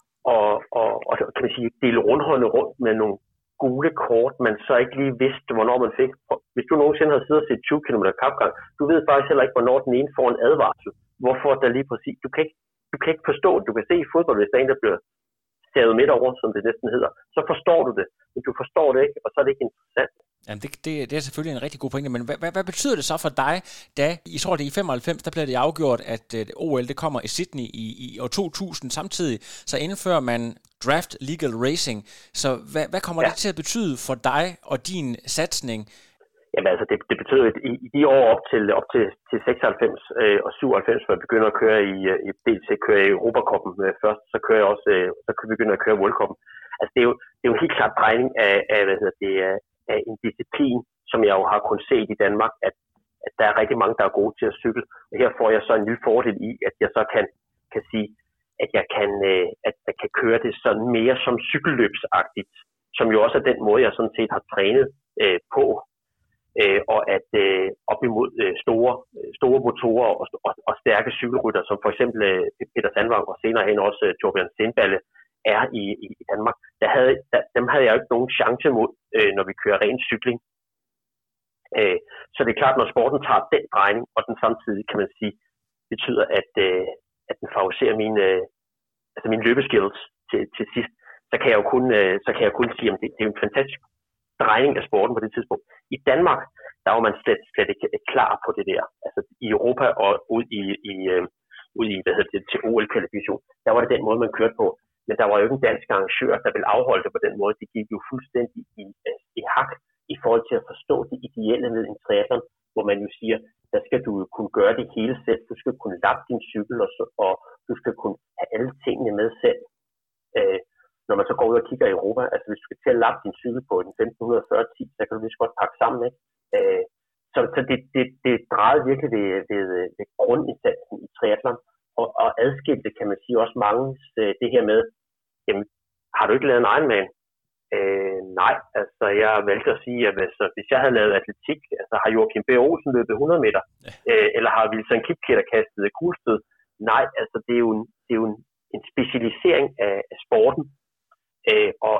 og kan man sige, dele rundhåndet rundt med nogle gule kort, man så ikke lige vidste, hvornår man fik. Hvis du nogensinde har siddet og set 20 km kapgang, du ved faktisk heller ikke, hvornår den ene får en advarsel. Hvorfor der lige præcis? Du kan ikke forstå det. Du kan se i fodbold, hvis der er en, der bliver savet midt over, som det næsten hedder. Så forstår du det, men du forstår det ikke, og så er det ikke interessant. Jamen det er selvfølgelig en rigtig god pointe, men hvad betyder det så for dig, da I tror det i 95, der blev det afgjort, at OL det kommer i Sydney i år 2000, samtidig så indfører man draft legal racing, så hvad kommer det til at betyde for dig og din satsning? Jamen altså, det betyder i de år op til 96 og 97, hvor jeg begynder at køre dels at køre i Europacupen først, så kører jeg også, så begynder jeg at køre World Cupen. Altså det er jo helt klart drejning af en disciplin, som jeg jo har kun set i Danmark, at der er rigtig mange, der er gode til at cykle. Og her får jeg så en lille fordel i, at jeg så kan sige, at jeg kan køre det sådan mere som cykelløbsagtigt, som jo også er den måde, jeg sådan set har trænet på. Og at op imod store motorer og stærke cykelrytter, som for eksempel Peter Sandvang og senere hen også Torbjørn Stenballe er i Danmark, dem havde jeg jo ikke nogen chance mod, når vi kører ren cykling. Så det er klart, når sporten tager den drejning, og den samtidig, kan man sige, betyder, at den favoriserer mine løbeskills til sidst, så kan jeg jo kun sige, at det er en fantastisk drejning af sporten på det tidspunkt. I Danmark, der var man slet ikke klar på det der. Altså i Europa og ud i til OL-kvalifikation, der var det den måde, man kørte på. men der var jo ikke en dansk arrangør, der ville afholde det på den måde. Det gik jo fuldstændig i hak i forhold til at forstå det ideelle ved en triathlon, hvor man jo siger, der skal du jo kunne gøre det hele selv. Du skal kunne lappe din cykel, og du skal kunne have alle tingene med selv. Når man så går ud og kigger i Europa, altså hvis du skal til at lappe din cykel på den 1540-10, så kan du lige så godt pakke sammen, ikke? Så det drejede virkelig ved grundindsatsen i triathlon, og adskilte, kan man sige, også mange det her med, jamen, har du ikke lavet en Ironman? Nej, altså jeg valgte at sige, at hvis jeg havde lavet atletik, altså har Joachim B. Olsen løbet 100 meter, eller har Wilson Kipketer kastet kuglestød? Nej, altså det er jo en specialisering af sporten, og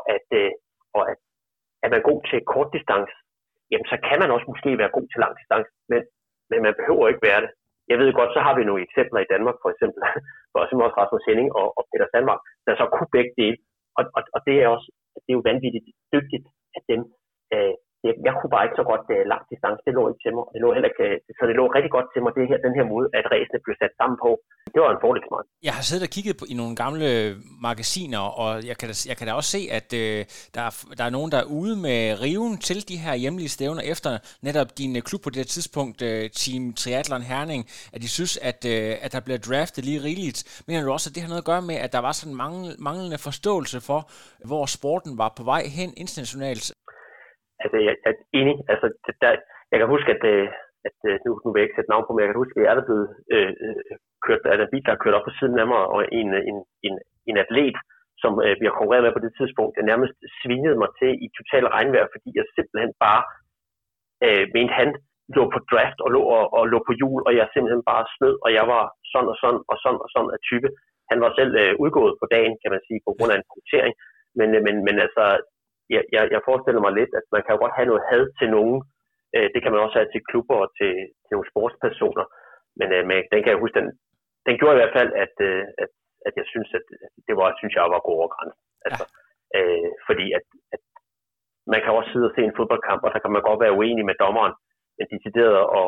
at man er god til kort distance, jamen så kan man også måske være god til lang distance, men man behøver ikke være det. Jeg ved godt, så har vi nogle eksempler i Danmark, for eksempel, for også Rasmus Henning og Peter Sandmark, der så kunne begge dele, og det er jo vanvittigt dygtigt af dem. Jeg kunne bare ikke så godt lang distance, det lå ikke til mig. Så det lå rigtig godt til mig, den her måde, at ræsene blev sat sammen på. Det var en fordel for mig. Jeg har siddet og kigget i nogle gamle magasiner, og jeg kan da også se, at der er nogen, der er ude med riven til de her hjemlige stævner efter netop din klub på det tidspunkt, Team Triathlon Herning, at de synes, at der bliver draftet lige rigeligt. Mener du også, at det har noget at gøre med, at der var sådan manglende forståelse for, hvor sporten var på vej hen internationalt? Altså, jeg er enig. Altså, jeg kan huske, at nu vil jeg ikke sætte navn på, men jeg kan huske, at jeg er blevet kørt af en bil, der har kørt op på siden af mig, og en atlet, som vi har konkurreret med på det tidspunkt, der nærmest svingede mig til i total regnvejr, fordi jeg simpelthen bare mente, han lå på draft og lå på hjul, og jeg simpelthen bare snød, og jeg var sådan og sådan og sådan og sådan af type. Han var selv udgået på dagen, kan man sige, på grund af en punktering, men altså, jeg forestiller mig lidt, at man kan jo godt have noget had til nogen. Det kan man også have til klubber og til nogle sportspersoner. Men den kan jeg huske, den gjorde i hvert fald, at jeg synes, at det var, synes jeg, var god over grænsen. Altså, fordi at man kan også sidde og se en fodboldkamp, og der kan man godt være uenig med dommeren, men decideret og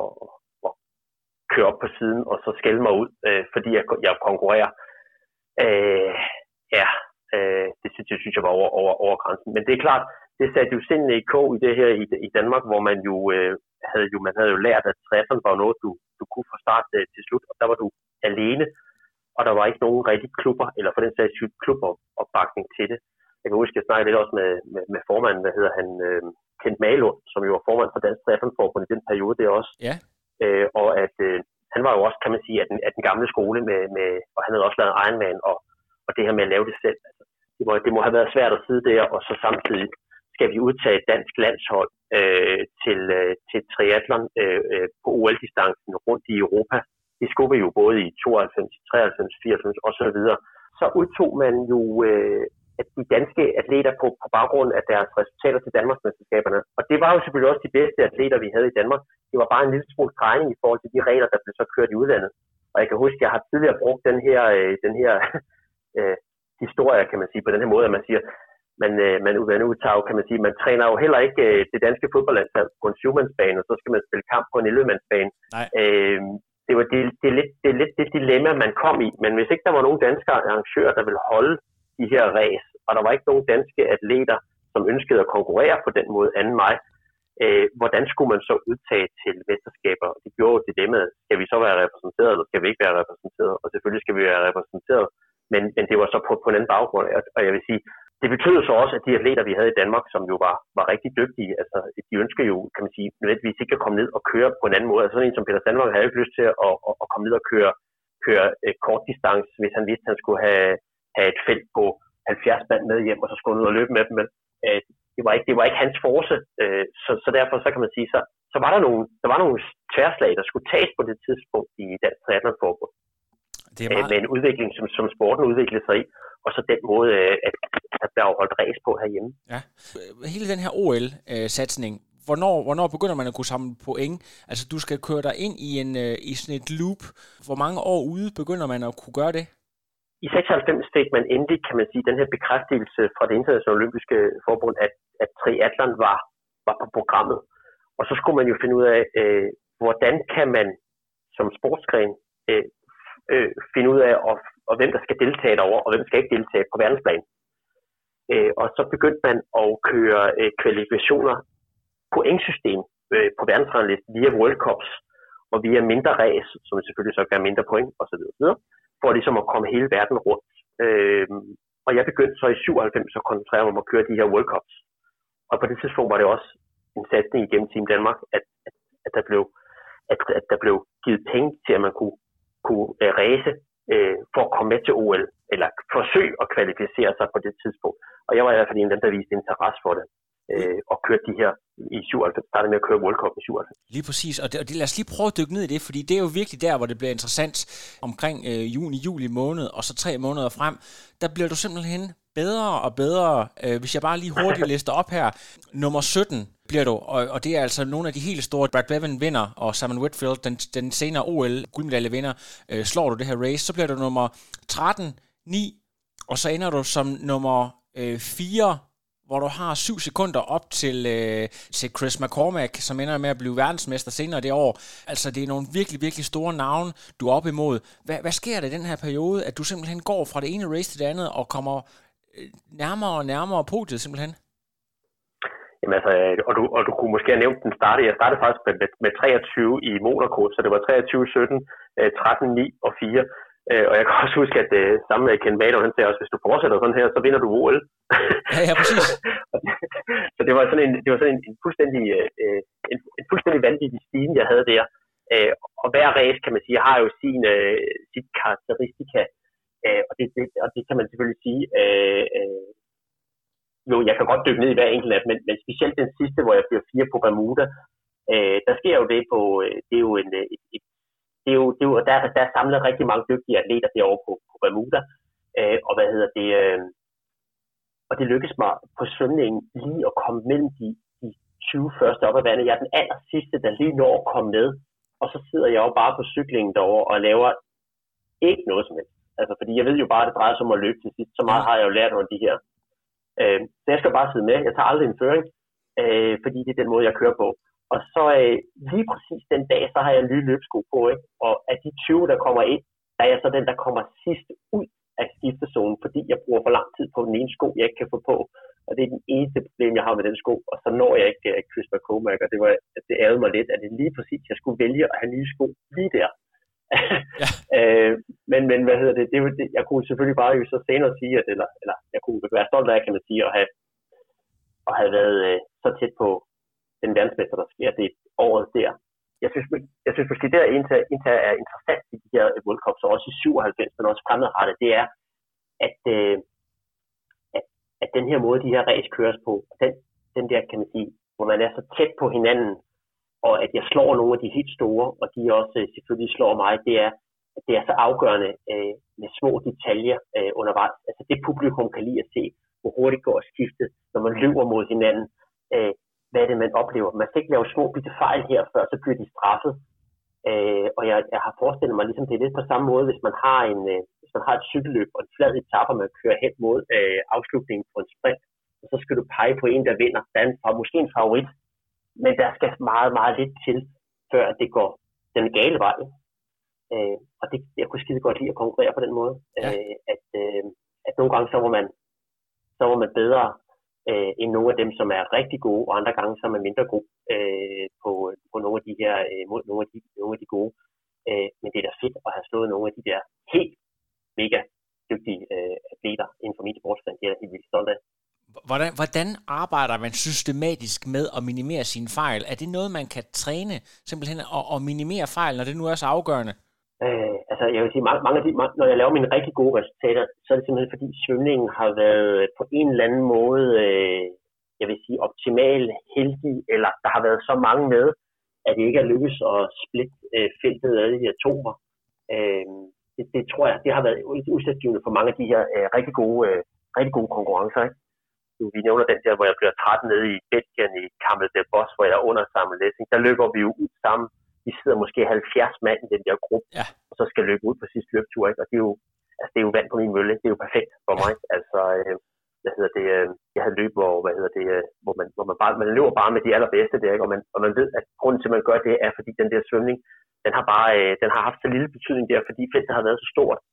køre op på siden, og så skælde mig ud, fordi jeg konkurrerer. Det synes jeg var over grænsen. Men det er klart, det satte jo sindene i kog i det her i Danmark, hvor man jo havde jo lært, at triathlon var noget, du kunne fra start til slut, og der var du alene, og der var ikke nogen rigtige klubber, eller for den sags skyld klubopbakning til det. Jeg kan huske, at jeg snakkede lidt også med formanden, Kent Malund, som jo var formand for Dansk Triathlonforbund i den periode der også. Ja. Og at han var jo også, kan man sige, at den gamle skole og han havde også lavet Ironman, og det her med at lave det selv. Altså, det må have været svært at sidde der, og så samtidig skal vi udtage et dansk landshold til triathlon på OL-distancen rundt i Europa. Det skulle vi jo både i 92, 93, 94 og så videre. Så udtog man jo at de danske atleter på baggrund af deres resultater til Danmarksmesterskaberne. Og det var jo selvfølgelig også de bedste atleter, vi havde i Danmark. Det var bare en lille smule træning i forhold til de regler, der blev så kørt i udlandet. Og jeg kan huske, at jeg har tidligere brugt den her historie, kan man sige, på den her måde, at man siger, man udtager, kan man sige, man træner jo heller ikke det danske fodboldlandshold på en 7-mandsbane, og så skal man spille kamp på en 11-mandsbane. Det er lidt det dilemma, man kom i. Men hvis ikke der var nogen danske arrangører, der ville holde de her ræs, og der var ikke nogen danske atleter, som ønskede at konkurrere på den måde anden mig, hvordan skulle man så udtage til mesterskaber? Det gjorde dilemmaet. Skal vi så være repræsenteret, eller skal vi ikke være repræsenteret? Og selvfølgelig skal vi være repræsenteret, men det var så på en anden baggrund. Og jeg vil sige, det betød så også, at de atleter, vi havde i Danmark, som jo var rigtig dygtige, altså de ønsker jo, kan man sige, nødvendigvis ikke at komme ned og køre på en anden måde. Altså sådan en som Peter Sandmark havde jo ikke lyst til at komme ned og køre kort distance, hvis han vidste, at han skulle have et felt på 70 mand med hjem, og så skulle han ud og løbe med dem. Men det var ikke hans force, så derfor så kan man sige, så var der nogle tværslag, der skulle tages på det tidspunkt i Dansk Triathlonforbund. Med en udvikling, som sporten udviklede sig i, og så den måde, at der blev holdt ræs på herhjemme. Ja. Hele den her OL-satsning, hvornår begynder man at kunne samle point? Altså, du skal køre dig ind i sådan et loop. Hvor mange år ude begynder man at kunne gøre det? I 96 fik man endelig, kan man sige, den her bekræftelse fra det internationale olympiske forbund, at triathlon var på programmet. Og så skulle man jo finde ud af, hvordan kan man som sportsgren finde ud af og hvem der skal deltage derovre, og hvem der skal ikke deltage på verdensplan. Og så begyndte man at køre kvalifikationer pointsystem på verdensranglisten via World Cups, og via mindre race, som selvfølgelig så gav mindre point osv., for ligesom at komme hele verden rundt. Og jeg begyndte så i 97 at koncentrere mig om at køre de her World Cups. Og på det tidspunkt var det også en satsning igennem Team Danmark, at der blev givet penge til, at man kunne race for at komme med til OL, eller forsøge at kvalificere sig på det tidspunkt. Og jeg var i hvert fald en af dem, der viste interesse for det. Og kørte de her i 97, startede med at køre World Cup i 97. Lige præcis, og lad os lige prøve at dykke ned i det, fordi det er jo virkelig der, hvor det bliver interessant omkring juni-juli måned, og så 3 måneder frem. Der bliver du simpelthen bedre og bedre, hvis jeg bare lige hurtigt lister op her. Nummer 17 bliver du, og det er altså nogle af de helt store. Brad Bevan vinder, og Simon Whitfield, den senere OL-guldmedaljevinder, slår du det her race. Så bliver du nummer 13, 9, og så ender du som nummer 4, hvor du har 7 sekunder op til Chris McCormack, som ender med at blive verdensmester senere det år. Altså, det er nogle virkelig, virkelig store navne, du er op imod. Hvad sker der i den her periode, at du simpelthen går fra det ene race til det andet, og kommer nærmere og nærmere podiet simpelthen? Jamen altså, og du kunne måske have nævnt den start. Jeg startede faktisk med 23 i Monaco, så det var 23, 17, 13, 9 og 4. Og jeg kan også huske, at sammen med Ken Maddow, han sagde også, hvis du fortsætter sådan her, så vinder du OL. Ja, præcis. Så det var sådan en fuldstændig vanvittig stigning, jeg havde der. Og hver race, kan man sige, har jo sit karakteristika. Og det kan man selvfølgelig sige. Jo, jeg kan godt dykke ned i hver enkelt af dem, men specielt den sidste, hvor jeg bliver 4 på Bermuda, der sker jo det på, det er jo der er samlet rigtig mange dygtige atleter derovre på Bermuda, og og det lykkedes mig på svømningen lige at komme mellem de 20 første op ad vandet. Jeg er den aller sidste, der lige når at komme med, og så sidder jeg jo bare på cyklingen derovre og laver ikke noget som helst. Altså, fordi jeg ved jo bare, at det drejer sig om at løbe til sidst. Så meget har jeg jo lært under de her. Så jeg skal bare sidde med. Jeg tager aldrig en føring, fordi det er den måde, jeg kører på. Og så lige præcis den dag, så har jeg en nye løbesko på, ikke? Og af de 20, der kommer ind, der er jeg så den, der kommer sidst ud af skiftezonen, fordi jeg bruger for lang tid på den ene sko, jeg ikke kan få på. Og det er den eneste problem, jeg har med den sko. Og så når jeg ikke Chris McCormack, og det ærede mig lidt, at det lige præcis, jeg skulle vælge at have nye sko lige der. Ja. Men jeg kunne selvfølgelig bare jo så senere sige, at, eller jeg kunne være stolt af, kan man sige, at have været så tæt på den verdensmester, der sker det året der. Jeg synes måske, det der indtil er interessant i de her World Cups, og også i 97, men også fremadrettet, det er, at den her måde, de her race køres på, den der, kan man sige, hvor man er så tæt på hinanden, og at jeg slår nogle af de helt store, og de også selvfølgelig slår mig, det er, at det er så afgørende med små detaljer undervejs. Altså det publikum kan lide at se, hvor hurtigt går skiftet, når man løber mod hinanden. Hvad er det, man oplever? Man skal ikke lave små bitte fejl her, før så bliver de straffet. Og jeg har forestillet mig, ligesom det er lidt på samme måde, hvis man har et cykelløb og en flad etape, og man kører hen mod afslutningen på en sprint, og så skal du pege på en, der vinder. Der er måske en favorit, men der skal meget, meget lidt til, før det går den gale vej. Og det, jeg kunne skide godt lide at konkurrere på den måde. Ja. At nogle gange så var man bedre end nogle af dem, som er rigtig gode, og andre gange, som er mindre gode på nogle af de her, mod nogle af de gode. Men det er da fedt at have slået nogle af de der helt mega dygtige atleter inden for min sportsgren. Det er jeg helt vildt stolt af. Hvordan arbejder man systematisk med at minimere sine fejl? Er det noget, man kan træne simpelthen at minimere fejl, når det nu er så afgørende? Altså, jeg vil sige, når jeg laver mine rigtig gode resultater, så er det simpelthen fordi svømningen har været på en eller anden måde, jeg vil sige, optimal, heldig, eller der har været så mange med, at det ikke er lykkes at splitte feltet af de her atomer. Det tror jeg, det har været udslagsgivende for mange af de her rigtig gode konkurrencer. Ikke? Vi nævner den der, hvor jeg bliver træt nede i Belgien i Camel de Bos, hvor jeg er under Samuel Lessing. Der løber vi jo ud sammen. Vi sidder måske 70 mand i den der gruppe, ja. Og så skal løbe ud på sidste løbetur, ikke? Og det er jo vand på min mølle. Det er jo perfekt for mig. Altså, jeg havde løbet, hvor man løber bare med de allerbedste der, ikke? Og man ved, at grunden til, at man gør det, er, fordi den der svømning, den har haft så lille betydning der, fordi feltet har været så stort.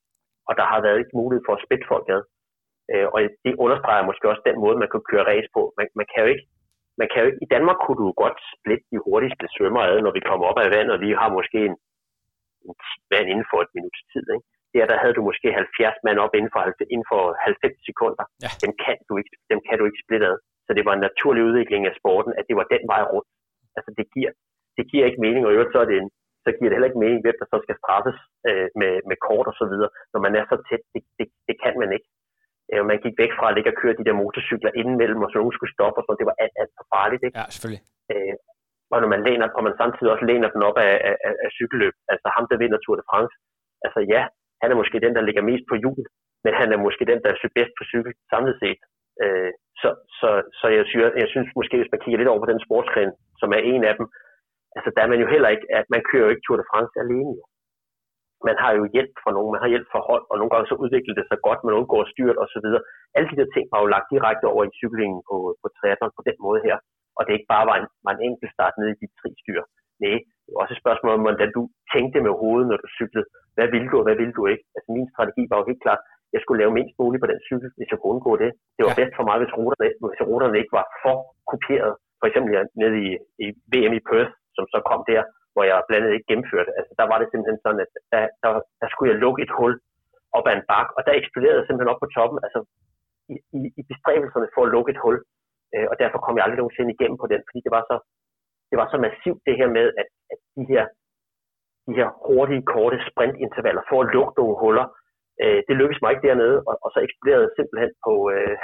og der har været ikke mulighed for at splitte folk ad. Og det understreger måske også den måde, man kan køre race på. Man kan jo ikke, i Danmark kunne du godt splitte de hurtigste svømmer ad, når vi kommer op af vandet, og vi har måske en vand inden for et minuts tid. Ikke? Der havde du måske 70 mand op inden for 90 sekunder. Ja. Dem kan du ikke splitte ad. Så det var en naturlig udvikling af sporten, at det var den vej rundt. Altså det giver ikke mening, og i øvrigt så giver det heller ikke mening, hvem der så skal straffes med kort og så videre. Når man er så tæt, det kan man ikke. Man gik væk fra at ligge og køre de der motorcykler indimellem, og så nogen skulle stoppe, og så det var alt for farligt. Ikke? Ja, selvfølgelig. Og når man samtidig også læner den op af cykelløb, altså ham, der vinder Tour de France, altså ja, han er måske den, der ligger mest på hjul, men han er måske den, der er bedst på cykel samlet set. Så jeg synes måske, hvis man kigger lidt over på den sportsgren, som er en af dem, altså der er man jo heller ikke, at man kører jo ikke Tour de France alene jo. Man har jo hjælp fra nogen, man har hjælp fra hold, og nogle gange så udvikler det sig godt, man undgår styrt og så videre. Alle de der ting var jo lagt direkte over i cyklingen på triathlon på den måde her. Og det ikke bare var en enkelt start nede i dit tristyr. Nej, det var også et spørgsmål om, hvordan du tænkte med hovedet, når du cyklede. Hvad ville du, og hvad ville du ikke? Altså min strategi var jo helt klart, jeg skulle lave mindst muligt på den cykel, hvis jeg kunne undgå det. Det var bedst for mig, hvis ruterne ikke var for kopieret. For eksempel nede i VM i Perth, som så kom der, hvor jeg blandt andet ikke gennemførte. Altså der var det simpelthen sådan, at der skulle jeg lukke et hul op ad en bakke, og der eksploderede jeg simpelthen op på toppen, altså i bestræbelserne for at lukke et hul. Og derfor kom jeg aldrig nogensinde igennem på den, fordi det var så massivt det her med, at de her hurtige, korte sprintintervaller for at lukke nogle huller, det lykkedes mig ikke dernede, og så eksploderede jeg simpelthen på,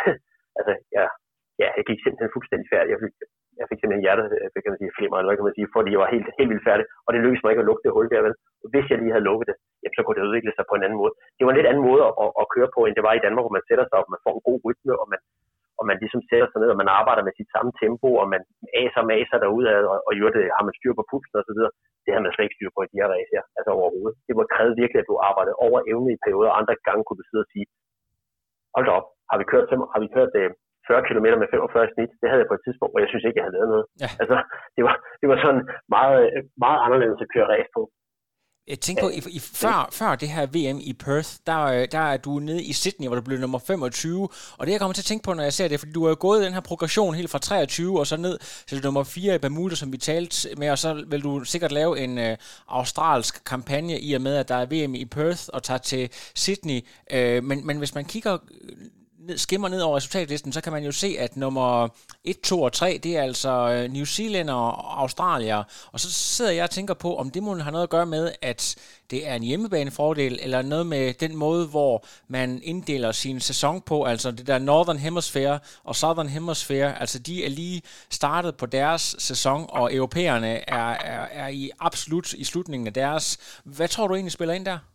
jeg gik simpelthen fuldstændig færdig. Jeg fik simpelthen flimmer, eller hvad kan man sige, fordi jeg var helt vildt færdig, og det lykkedes mig ikke at lukke det hul der, vel. Hvis jeg lige havde lukket det, jamen, så kunne det udvikle sig på en anden måde. Det var en lidt anden måde at køre på, end det var i Danmark, hvor man sætter sig op, man får en god rytme, og man ligesom sætter sig ned, og man arbejder med sit samme tempo, og man maser derudad, og i øvrigt har man styr på pulsen og så videre. Det havde man slet ikke styr på i de her race her, altså overhovedet. Det var krævet virkelig, at du arbejdede over evne i perioder, og andre gange kunne du sidde og sige, hold da op, har vi kørt 40 km med 45 snit, det havde jeg på et tidspunkt, hvor jeg synes ikke, jeg havde lavet noget. Ja. Altså, det var sådan meget, meget anderledes at køre race på. Jeg tænker på, før det her VM i Perth, der er du nede i Sydney, hvor du blev nummer 25, og det jeg kommer til at tænke på, når jeg ser det, fordi du har gået den her progression helt fra 23 og så ned til nummer 4 i Bermuda, som vi talte med, og så vil du sikkert lave en australsk kampagne i og med, at der er VM i Perth og tager til Sydney, men hvis man kigger skimmer ned over resultatlisten, så kan man jo se, at nummer 1, 2 og 3, det er altså New Zealand og Australier. Og så sidder jeg og tænker på, om det må have noget at gøre med, at det er en hjemmebanefordel, eller noget med den måde, hvor man inddeler sin sæson på, altså det der Northern Hemisphere og Southern Hemisphere, altså de er lige startet på deres sæson, og europæerne er i absolut i slutningen af deres. Hvad tror du egentlig spiller ind der?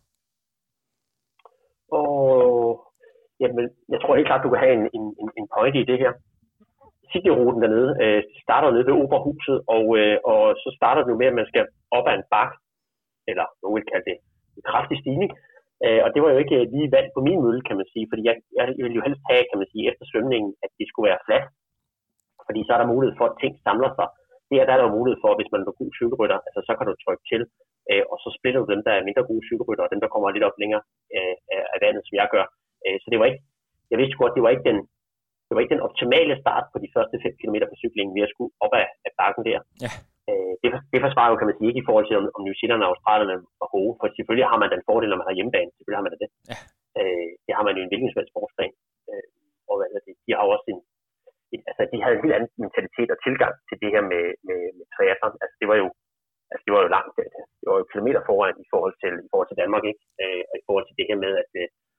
Jamen, jeg tror helt klart, du kan have en pointe i det her. Sydney-ruten dernede starter nede ved Operahuset, og så starter det jo med, at man skal op ad en bakke, eller nogen vil kalde det en kraftig stigning. Og det var jo ikke lige vand på min mølle, kan man sige, fordi jeg ville jo helst have, kan man sige, efter svømningen, at det skulle være fladt. Fordi så er der mulighed for, at ting samler sig. Der er der jo mulighed for, hvis man er god cykelrytter, altså så kan du trykke til, og så splitter du dem, der er mindre gode cykelrytter, og dem, der kommer lidt op længere af vandet, som jeg gør. Så det var ikke, jeg vidste godt, det var ikke den optimale start på de første 5 km på cyklingen, ved at skulle op af bakken der. Ja. Det forsvarer jo, kan man sige, ikke i forhold til, om New Zealand og Australien var gode, for selvfølgelig har man den fordel, når man har hjemmebane, selvfølgelig har man det. Ja. Det har man jo en hvilken som helst sportsgren. Og de har også de havde en helt anden mentalitet og tilgang til det her med triathlon. Altså det var jo langt, det var jo kilometer foran i forhold til Danmark, ikke? Og i forhold til det her med, at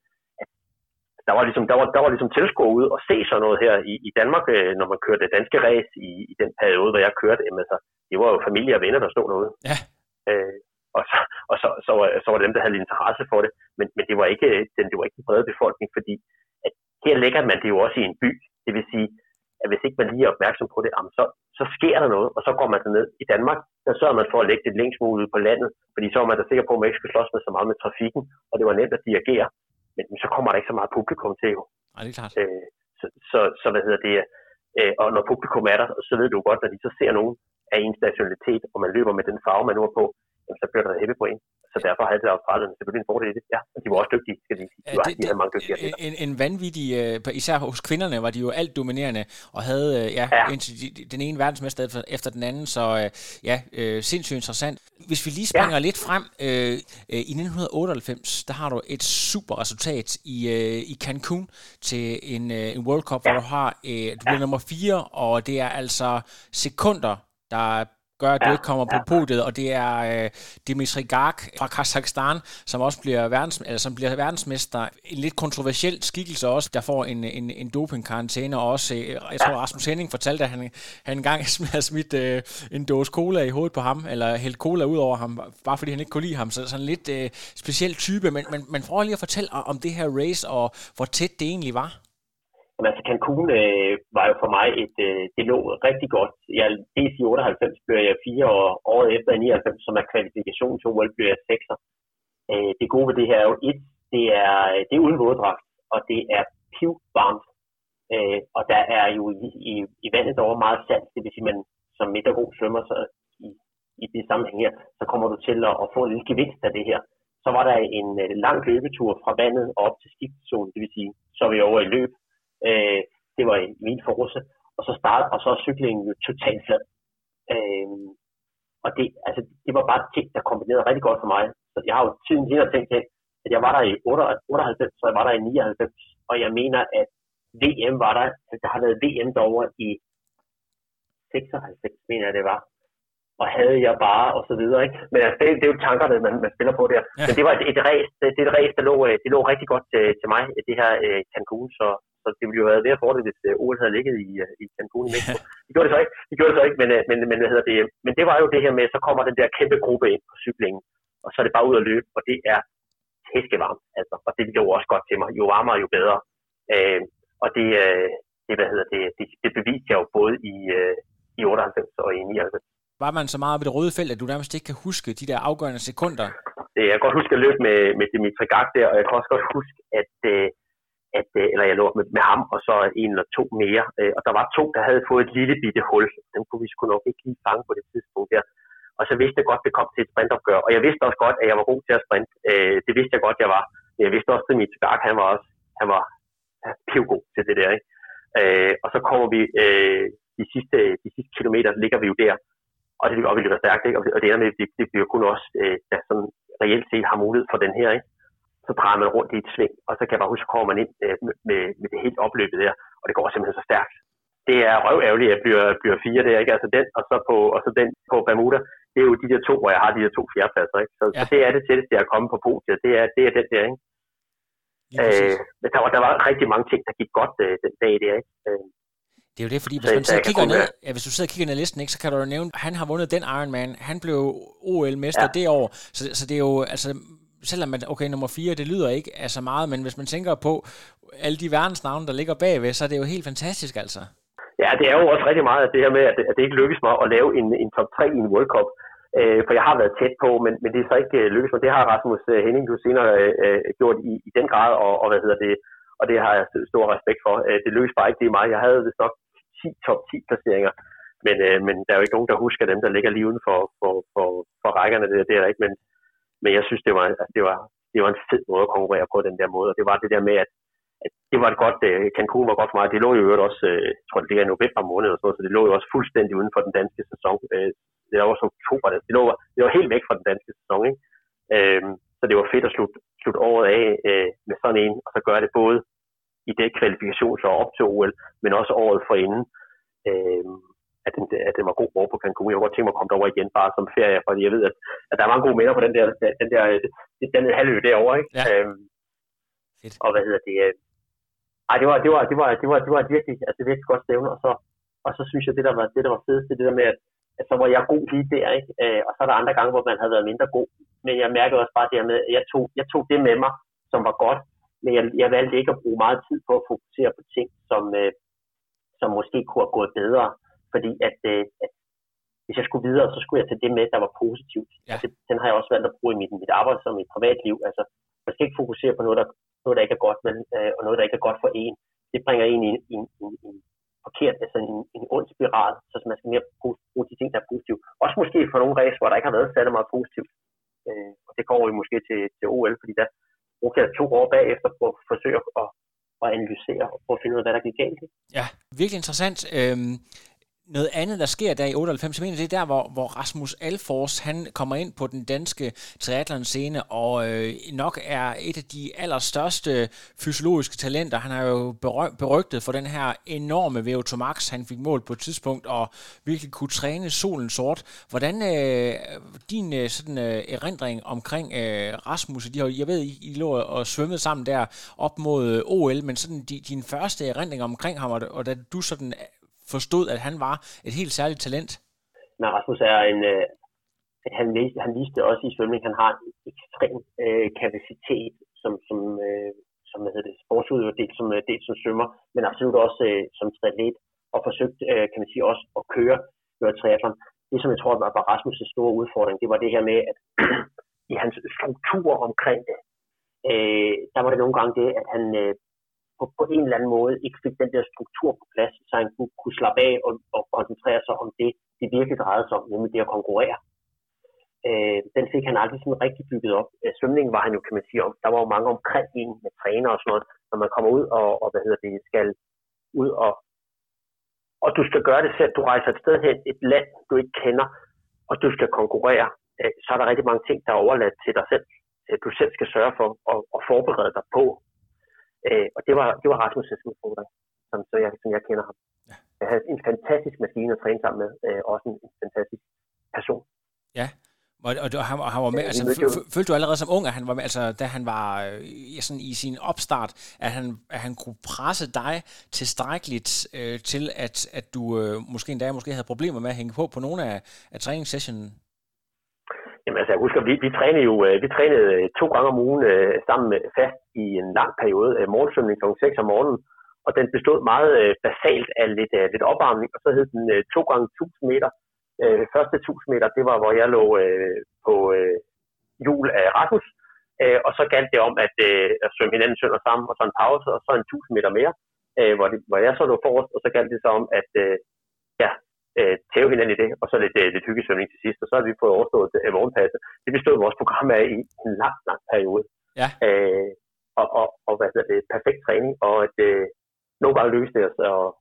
der var ligesom tilskuere ude og se sådan noget her i Danmark, når man kørte danske race i den periode, hvor jeg kørte. Altså, det var jo familie og venner, der stod derude. Ja. Så var det dem, der havde interesse for det. Men det var ikke den brede befolkning, fordi at her lægger man det jo også i en by. Det vil sige, at hvis ikke man lige er opmærksom på det, så sker der noget, og så går man ned i Danmark. Der sørger man for at lægge det længst muligt på landet, fordi så er man da sikker på, at man ikke skal slås med så meget med trafikken, og det var nemt at dirigere. Men så kommer der ikke så meget publikum til jo. Nej, det er klart. Så hvad hedder det? Og når publikum er der, så ved du godt, når de så ser nogen af ens nationalitet, og man løber med den farve, man nu er på, jamen, så bliver der hæppe på en. Så derfor havde det Australien selvfølgelig en fordel i det. Ja, de var også dygtige, skal de sige. De havde mange dygtige atleter. En vanvittig, især hos kvinderne var de jo alt dominerende, og havde den ene verdensmester efter den anden, så sindssygt interessant. Hvis vi lige springer lidt frem, i 1998, der har du et super resultat i Cancun til en World Cup, hvor du har, du bliver nummer 4, og det er altså sekunder, der gør, at du ikke kommer på podiet, og det er Dimitri Garg fra Kazakhstan, som også bliver verdensmester. En lidt kontroversiel skikkelse også, der får en dopingkarantæne, og også, jeg tror Rasmus Henning fortalte, at han engang havde smidt en dåse cola i hovedet på ham, eller hældt cola ud over ham, bare fordi han ikke kunne lide ham. Så sådan en lidt speciel type, men prøv lige at fortælle om det her race, og hvor tæt det egentlig var. Jamen, altså Cancun var jo for mig det lå rigtig godt. I 98 blev jeg 4, og året efter i 99, som er kvalifikation til OL, blev jeg 6'er. Det gode ved det her er jo det er uden våddragt, og det er pivvarmt. Og der er jo i vandet over meget salt, det vil sige, man som midtergod svømmer så i det sammenhæng her, så kommer du til at få en lille gevinst af det her. Så var der en lang løbetur fra vandet og op til skiftzonen, det vil sige, så er vi over i løb. Det var min force, og så er cyklingen jo totalt flad. Og det var bare ting, der kombinerede rigtig godt for mig. Så jeg har jo tiden senere tænkt til, at jeg var der i 98, så jeg var der i 99, og jeg mener, at VM var der, at der har været VM derovre i 96, mener jeg det var. Og havde jeg bare, og så videre, ikke? Men altså, det er jo tankerne, man spiller på der. Ja. Men det var et race, der lå rigtig godt til mig, det her Cancun, så det ville jo have været mere fordel, hvis OL havde ligget i Cancun i Mexico. Det gjorde det så ikke, men hvad hedder det? Men det var jo det her med, så kommer den der kæmpe gruppe ind på cyklingen, og så er det bare ud at løbe, og det er tæskevarmt, altså. Og det lå også godt til mig. Jo varmere, jo bedre. Og det beviste jeg jo både i 98 og i 99. Var man så meget ved det røde felt, at du nærmest ikke kan huske de der afgørende sekunder? Jeg kan godt huske at løbe med Dimitri Garg der, og jeg kan også godt huske, eller jeg lå med ham, og så en eller to mere. Og der var 2, der havde fået et lille bitte hul. Dem kunne vi sgu nok ikke lige fange på det tidspunkt der. Og så vidste jeg godt, det kom til et sprintopgør. Og jeg vidste også godt, at jeg var god til at sprinte. Det vidste jeg godt, jeg var. Men jeg vidste også, at Dimitri Garg, han var pivgod til det der, ikke? Og så kommer vi, de sidste kilometer ligger vi jo der. Og det løber stærkt, ikke? Og det ender med, det bliver kun også, der sådan reelt set har mulighed for den her, ikke? Så drejer man rundt i et sving, og så kan jeg bare huske, at kommer man ind med det helt opløbet der, og det går simpelthen så stærkt. Det er røværgerligt, at jeg bliver 4 der, ikke? Altså den, og så den på Bermuda, det er jo de der 2, hvor jeg har de der 2 fjerdepladser, ikke? Så det er det tætteste, jeg er kommet på podiet, det er den der, ikke? Men der var rigtig mange ting, der gik godt den dag der, ikke? Det er jo det, fordi hvis man sidder og kigger ned, hvis du sidder og kigger ned listen, ikke, så kan du jo nævne, at han har vundet den Ironman, han blev OL-mester det år, så det er jo, altså, selvom man, okay, nummer 4, det lyder ikke af så meget, men hvis man tænker på alle de verdensnavne, der ligger bagved, så er det jo helt fantastisk, altså. Ja, det er jo også rigtig meget det her med, at det ikke lykkes mig at lave en top 3 i en World Cup, for jeg har været tæt på, men det er så ikke lykkes mig. Det har Rasmus Henning jo senere gjort i den grad, og hvad hedder det, og det har jeg stor respekt for. Det lykkes bare ikke, det er mig. Jeg havde vist nok 10 top 10 placeringer, men der er jo ikke nogen, der husker dem, der ligger lige uden for rækkerne. Det er der ikke, men jeg synes, det var en fed måde at konkurrere på den der måde, og det var det der med, at det var et godt, Cancun var godt for mig. Det lå jo også, jeg tror det ligger i november måned, og så det lå jo også fuldstændig uden for den danske sæson. Det var også oktober, det var helt væk fra den danske sæson, ikke? Så det var fedt at slutte året af med sådan en, og så gøre det både i det kvalifikationsår op til OL, men også året forinden, at den var god over på Cancun. Jeg kunne godt tænke mig at komme derover igen, bare som ferie, fordi jeg ved, at der er mange gode minder på den halvø derovre, ikke? Ja. Og hvad hedder det? Det var et virkelig godt stævne, og så synes jeg, det der var fedest, det der med, at så var jeg god lige der, ikke? Og så er der andre gange, hvor man havde været mindre god, men jeg mærkede også bare det her med, at jeg tog det med mig, som var godt, men jeg valgte ikke at bruge meget tid på at fokusere på ting, som måske kunne have gået bedre, fordi at hvis jeg skulle videre, så skulle jeg tage det med, der var positivt. Ja. Altså, den har jeg også valgt at bruge i mit arbejde som i privatliv. Altså, man skal ikke fokusere på noget, der ikke er godt, men, og noget, der ikke er godt for en. Det bringer en i en forkert, altså en ond spiral, så man skal mere bruge de ting, der er positive. Også måske for nogle race, hvor der ikke har været særlig meget positivt. Og det går jo måske til OL, fordi der brugte jeg 2 år bagefter på at forsøge at analysere og prøve at finde ud af, hvad der gik galt. Ja, virkelig interessant. Noget andet, der sker der i 98, det er der, hvor Rasmus Alfors, han kommer ind på den danske triathlon-scene, og nok er et af de allerstørste fysiologiske talenter. Han har jo berygtet for den her enorme VO2 max, han fik målt på et tidspunkt, og virkelig kunne træne solen sort. Hvordan din sådan erindring omkring Rasmus, jeg ved, I lå og svømmede sammen der op mod OL, men sådan din første erindring omkring ham, og da du sådan forstod, at han var et helt særligt talent? Men Rasmus er han viste også i svømning, han har en ekstrem kapacitet som sportsudøver, dels som svømmer, men absolut også som triatlet, og forsøgt, kan man sige, også at køre triathlon. Det, som jeg tror var Rasmus' store udfordring, det var det her med, at i hans struktur omkring det, der var det nogle gange det, at han på en eller anden måde ikke fik den der struktur på plads, så han kunne slappe af og koncentrere sig om det virkelig drejede sig om, nemlig det at konkurrere. Den fik han aldrig sådan rigtig bygget op. Svømningen var han jo, kan man sige, der var jo mange omkring en med træner og sådan noget, når man kommer ud og skal ud og du skal gøre det selv. Du rejser et sted hen, et land, du ikke kender, og du skal konkurrere. Så er der rigtig mange ting, der er overladt til dig selv. Du selv skal sørge for at forberede dig på. Og det var Rasmus' udfordring, som jeg kender ham. Jeg havde en fantastisk maskine at træne sammen med, også en fantastisk person. Ja, og han var med, altså, følte du allerede som ung, at han var med, altså, da han var sådan i sin opstart, at han kunne presse dig tilstrækkeligt til, at du måske havde problemer med at hænge på nogle af træningssessionen? Jamen altså, jeg husker, vi trænede 2 gange om ugen sammen fast i en lang periode, morgensvømning kl. 6 om morgenen, og den bestod meget basalt af lidt opvarmning, og så hed den 2 gange 1000 meter. Første 1000 meter, det var, hvor jeg lå på hjul af Rasmus, og så galt det om at svømme hinanden sønder sammen, og så en pause, og så en 1000 meter mere, hvor jeg så lå forrest, og så galt det så om at tæve hinanden i det, og så lidt hyggesvømning til sidst, og så har vi fået overstået morgenpasset. Det bestod vores program af i en lang periode. Ja. Og perfekt træning, og at nogle gange lykkedes det os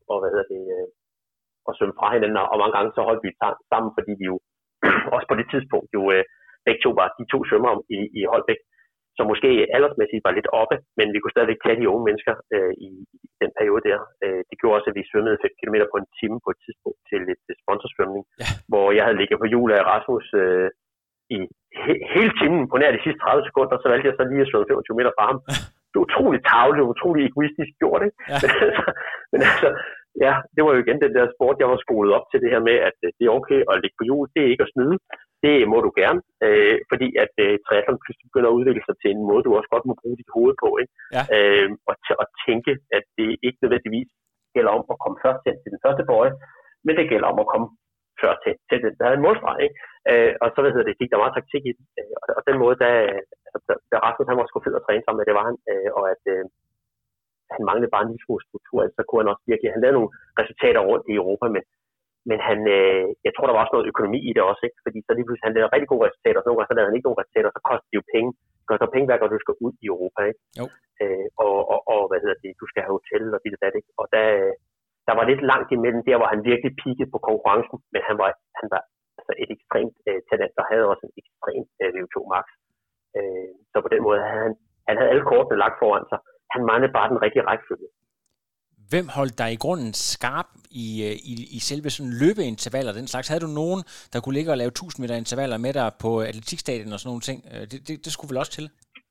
at svømme fra hinanden, og mange gange så holdt vi sammen, fordi vi jo også på det tidspunkt jo begge to var de 2 svømmer i Holbæk, som måske aldersmæssigt var lidt oppe, men vi kunne stadigvæk tage de unge mennesker i den periode der. Det gjorde også, at vi svømmede 5 km på en time på et tidspunkt til et sponsorsvømning, hvor jeg havde ligget på hjul af Rasmus i hele timen på nær de sidste 30 sekunder, så valgte jeg så lige at svømme 25 meter fra ham. Det var utroligt tarveligt, utroligt egoistisk gjort, ikke? Ja. Men altså, ja, det var jo igen den der sport, jeg var skolet op til det her med, at det er okay at ligge på hjul, det er ikke at snyde. Det må du gerne, fordi at triathlon pludselig begynder at udvikle sig til en måde, du også godt må bruge dit hoved på, ikke? Ja. Og tænke, at det ikke nødvendigvis gælder om at komme først hen til den første bøje, men det gælder om at komme først hen til den, der er en målstreg, ikke? Og så gik der meget taktik i det, og den måde, da Rasmus han var sgu fed at træne sammen med, det var han, og at han manglede bare en lille smule struktur, så kunne han også virkelig, han lavede nogle resultater rundt i Europa, men han, jeg tror, der var også noget økonomi i det også, ikke? Fordi så lige pludselig, han lavede rigtig gode resultater, og nogle gange så lavede han ikke nogen resultater, så koster det jo penge. Det koster penge hver gang, du skal ud i Europa, ikke? Jo. Og du skal have hotel og dit og dat, ikke? Og der var lidt langt imellem der, hvor han virkelig peakede på konkurrencen, men han var altså et ekstremt talent, og havde også en ekstremt VO2 max. Så på den måde havde han havde alle kortene lagt foran sig. Han manglede bare den rigtige rækkefølge. Hvem holdt dig i grunden skarp i selve sådan løbeintervaller og den slags? Havde du nogen, der kunne ligge og lave 1000 meter intervaller med dig på atletikstadion og sådan nogle ting? Det skulle vel også til?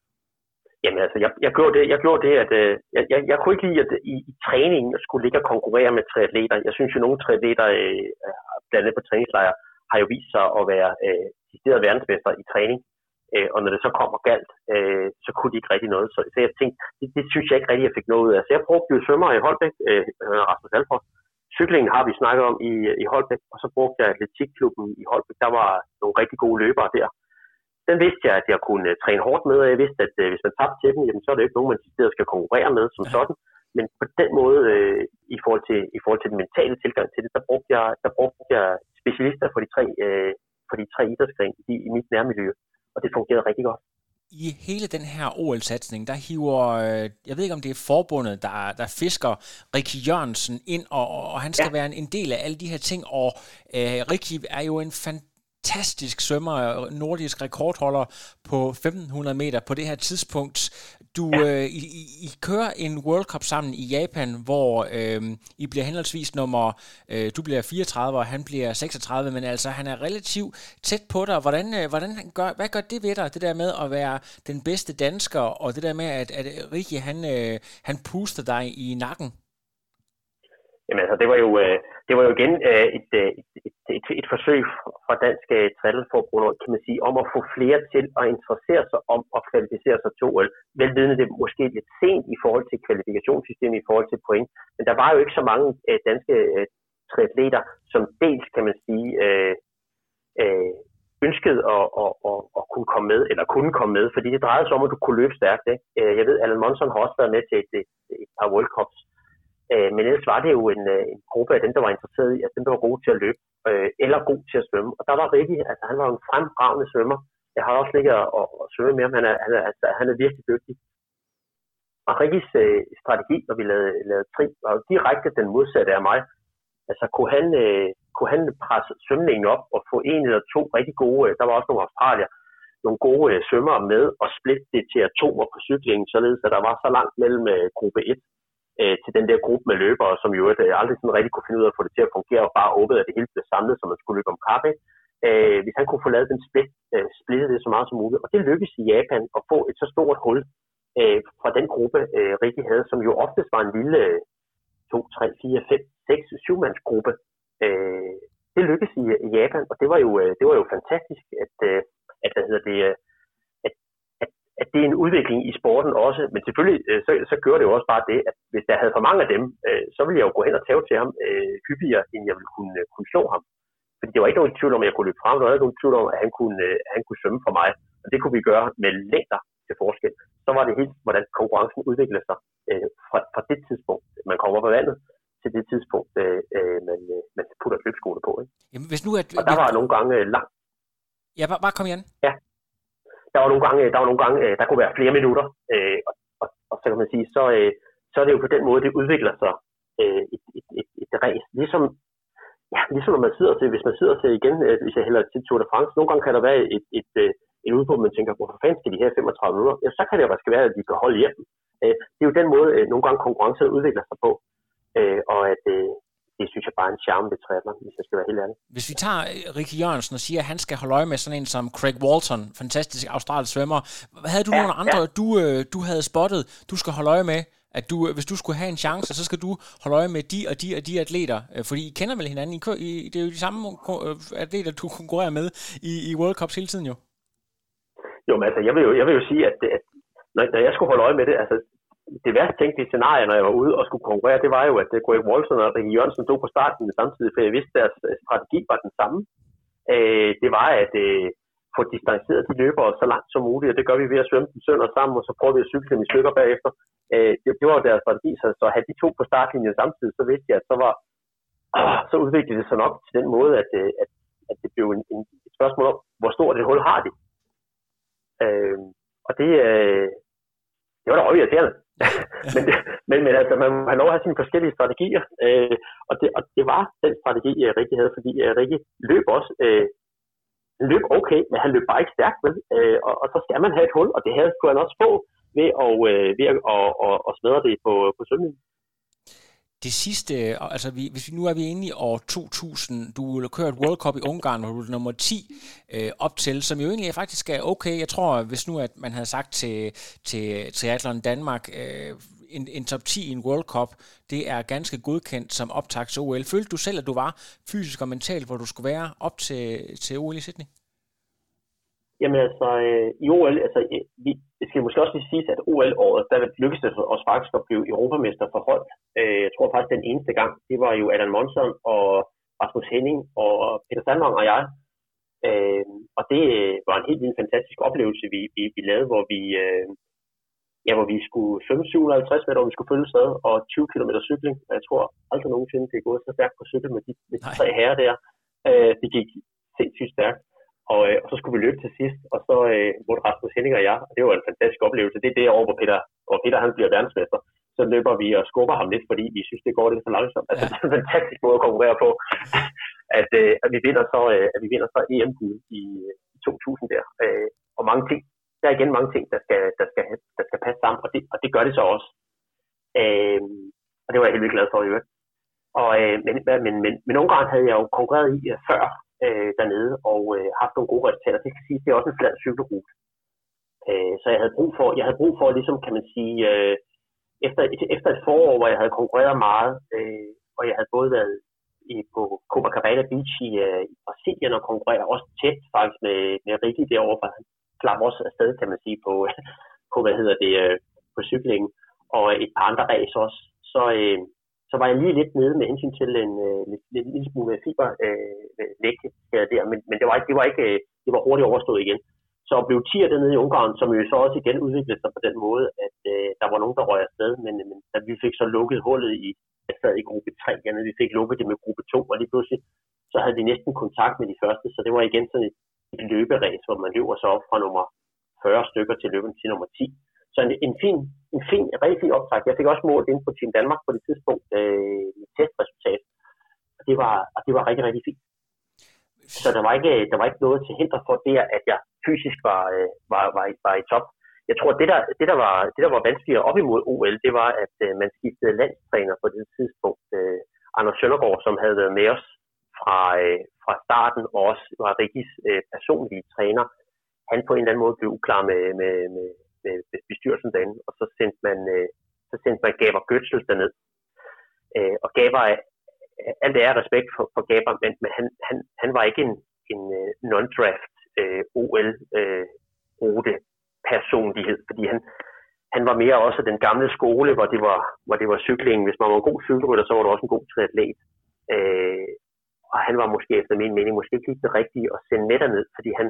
Jamen altså, jeg gjorde det, at jeg kunne ikke lide, at i træningen skulle ligge og konkurrere med triatleter. Jeg synes jo, nogle triatleter, blandt andet på træningslejre, har jo vist sig at være decideret verdensmester i træning. Og når det så kom og galt, så kunne de ikke rigtig noget. Så jeg tænkte, det synes jeg ikke rigtig, jeg fik noget ud af. Så jeg brugte jo svømmer i Holbæk, Rasmus Alfors. Cyklingen har vi snakket om i Holbæk, og så brugte jeg atletikklubben i Holbæk. Der var nogle rigtig gode løbere der. Den vidste jeg, at jeg kunne træne hårdt med, og jeg vidste, at hvis man tabte til dem, jamen, så er det ikke nogen, man skal konkurrere med som sådan. Men på den måde, i forhold til den mentale tilgang til det, der brugte jeg specialister for de tre idrætsgrene i mit nærmiljø. og det fungerede rigtig godt. I hele den her OL-satsning, der hiver, jeg ved ikke om det er forbundet, der fisker Ricky Jørgensen ind, og han skal være en del af alle de her ting, og Ricky er jo en fantastisk svømmer, nordisk rekordholder på 1500 meter på det her tidspunkt. I kører en World Cup sammen i Japan, hvor I bliver henholdsvis du bliver 34, og han bliver 36, men altså han er relativt tæt på dig. Hvad gør det ved dig, det der med at være den bedste dansker, og det der med, at Ricky, han puster dig i nakken? Jamen altså, det var jo igen et forsøg fra Dansk Triathlonforbund, kan man sige, om at få flere til at interessere sig om at kvalificere sig til OL. Velvidende det måske lidt sent i forhold til kvalifikationssystemet, i forhold til point. Men der var jo ikke så mange danske triatleter, som dels, kan man sige, ønskede at kunne komme med, fordi det drejede sig om, at du kunne løbe stærkt. Ikke? Jeg ved, Allan Monson har også været med til et par World Cups. Men ellers var det jo en gruppe af dem, der var interesseret i, at dem, der var gode til at løbe, eller gode til at svømme. Og der var Ricky, altså han var en fremragende svømmer. Jeg har også ligget og svømme med ham. Han er virkelig dygtig. Og Rickys strategi, når vi lavede tri, var direkte den modsatte af mig. Altså kunne han presse svømningen op og få en eller to rigtig gode, der var også nogle australier, nogle gode svømmere med og splitte det til atomer på cyklingen, således at der var så langt mellem gruppe 1 til den der gruppe med løbere, som jo aldrig sådan rigtig kunne finde ud af at få det til at fungere, og bare håbede, at det hele blev samlet, så man skulle løbe om kap. Hvis han kunne få lavet den splitte det så meget som muligt. Og det lykkedes i Japan at få et så stort hul fra den gruppe, Ricky havde, som jo oftest var en lille 2, 3, 4, 5, 6, 7-mands gruppe. Det lykkedes i Japan, og det var jo fantastisk, at det er en udvikling i sporten også, men selvfølgelig så gør det jo også bare det, at hvis der havde for mange af dem, så ville jeg jo gå hen og tæve til ham hyppigere, end jeg ville kunne slå ham. Fordi det var ikke nogen tvivl om, at jeg kunne løbe frem, der var ikke nogen tvivl om, at han kunne svømme for mig, og det kunne vi gøre med længder til forskel. Så var det helt, hvordan konkurrencen udviklede sig fra det tidspunkt, man kommer op af vandet, til det tidspunkt, man putter løbskoene på. Ikke? Jamen, hvis nu og der var nogle gange langt. Ja, bare kom igen. Ja. Der var nogle gange, der kunne være flere minutter, og så kan man sige, så er det jo på den måde, det udvikler sig et race. Ligesom når man sidder til, hvis man sidder til igen, hvis jeg hælder til Tour de France, nogle gange kan der være et udbrud, man tænker, hvorfor fanden skal de have 35 minutter? Ja, så kan det jo faktisk være, at de kan holde hjem. Det er jo den måde, nogle gange konkurrencen udvikler sig på, og at det synes jeg bare er en charme ved triathlon, hvis jeg skal være helt ærlig. Hvis vi tager Ricky Jørgensen og siger, at han skal holde øje med sådan en som Craig Walton, fantastisk australsk svømmer. Havde du nogle andre, du havde spottet, du skal holde øje med, at hvis du skulle have en chance, så skal du holde øje med de atleter, fordi I kender vel hinanden, det er jo de samme atleter, du konkurrerer med i World Cups hele tiden jo. Jo, men altså, jeg vil jo sige, at når jeg skulle holde øje med det, altså det værste tænkelige scenarie, når jeg var ude og skulle konkurrere, det var jo, at Craig Walton og Ricky Jørgensen stod på starten samtidig, for jeg vidste, at deres strategi var den samme. Det var at få distanceret de løbere så langt som muligt, og det gør vi ved at svømme dem sønder sammen, og så prøver vi at cykle dem i stykker bagefter. Det var jo deres strategi, så at have de to på startlinjen samtidig, så vidste jeg, at så udviklede det sig nok til den måde, at det blev et spørgsmål om, hvor stort et hul har de. Og det var da irriterende. men altså, man har lov at have sine forskellige strategier, og det var den strategi, Ricky havde, fordi Ricky løb også løb okay, men han løb bare ikke stærkt med, og så skal man have et hul, og det skulle han også få ved at smadre det på svømningen. Det sidste, altså hvis nu er vi inde i år 2000, du kører et World Cup i Ungarn, hvor du er nummer 10 op til, som jo egentlig faktisk er okay. Jeg tror, hvis nu at man havde sagt til Triathlon Danmark, en top 10 i en World Cup, det er ganske godkendt som optakt til OL. Følte du selv, at du var fysisk og mentalt, hvor du skulle være op til OL i Sydney? Jamen altså, i OL, altså, det skal måske også lige sige, at OL-året, der lykkedes det os faktisk at blive europamester for hold. Jeg tror faktisk, den eneste gang, det var jo Allan Monson og Rasmus Henning og Peter Sandvang og jeg. Og det var en helt vildt fantastisk oplevelse, vi lavede, hvor vi skulle svømme 750 meter, hvor vi skulle følges ad, og 20 km cykling. Og jeg tror aldrig nogensinde, det er gået så stærkt på cykel med de 3 herrer der. Det gik sindssygt stærkt. Og så skulle vi løbe til sidst, og så måtte Rasmus Henning og jeg, og det var en fantastisk oplevelse. Det er det år, hvor Peter han bliver verdensmester. Så løber vi og skubber ham lidt, fordi vi synes, det går lidt for langsomt. Altså, det er en fantastisk måde at konkurrere på, at vi vinder så EM-guld i 2000 der. Og mange ting, der er igen mange ting, der skal passe sammen, og det gør det så også. Og det var jeg helt vildt glad for at høre. Men Ungarn havde jeg jo konkurreret i før dernede, og haft nogle gode resultater. Det skal sige, det er også en flad cykelrute. Så jeg havde brug for ligesom, kan man sige, efter et forår, hvor jeg havde konkurreret meget, og jeg havde både været på Copacabana Beach i Brasilien og konkurreret også tæt faktisk med Ricky derovre, for han slap også afsted, kan man sige, på cyklingen, og et par andre race også. Så var jeg lige lidt nede med hensyn til en lille smule fibervægt der, men det var hurtigt overstået igen. Så blev 10'er dernede i Ungarn, som jo så også igen udviklede sig på den måde, at der var nogen, der røg afsted, men da vi fik så lukket hullet jeg sad i gruppe 3, vi fik lukket det med gruppe 2, og lige pludselig så havde vi næsten kontakt med de første, så det var igen sådan et løberæs, hvor man løber så op fra nummer 40 stykker til løben til nummer 10. Så en rigtig fin optakt. Jeg fik også målt ind på Team Danmark på det tidspunkt med testresultat, og det var rigtig, rigtig fint. Så der var ikke noget til hinder for det, at jeg fysisk var i top. Jeg tror, det der var vanskeligere op imod OL, det var, at man skiftede landstræner på det tidspunkt. Anders Søndergaard, som havde været med os fra starten, og også var Rikkis personlige træner, han på en eller anden måde blev uklar med bestyrelsen derinde, og så sendte man Gaber Götzl derned. Og Gaber, alt er respekt for Gaber, men han var ikke en non-draft OL-rute personlighed, fordi han var mere også den gamle skole, hvor det var cyklingen. Hvis man var en god cykelrytter, så var du også en god triatlet. Og han var måske efter min mening måske ikke lige det rigtige at sende med derned, fordi han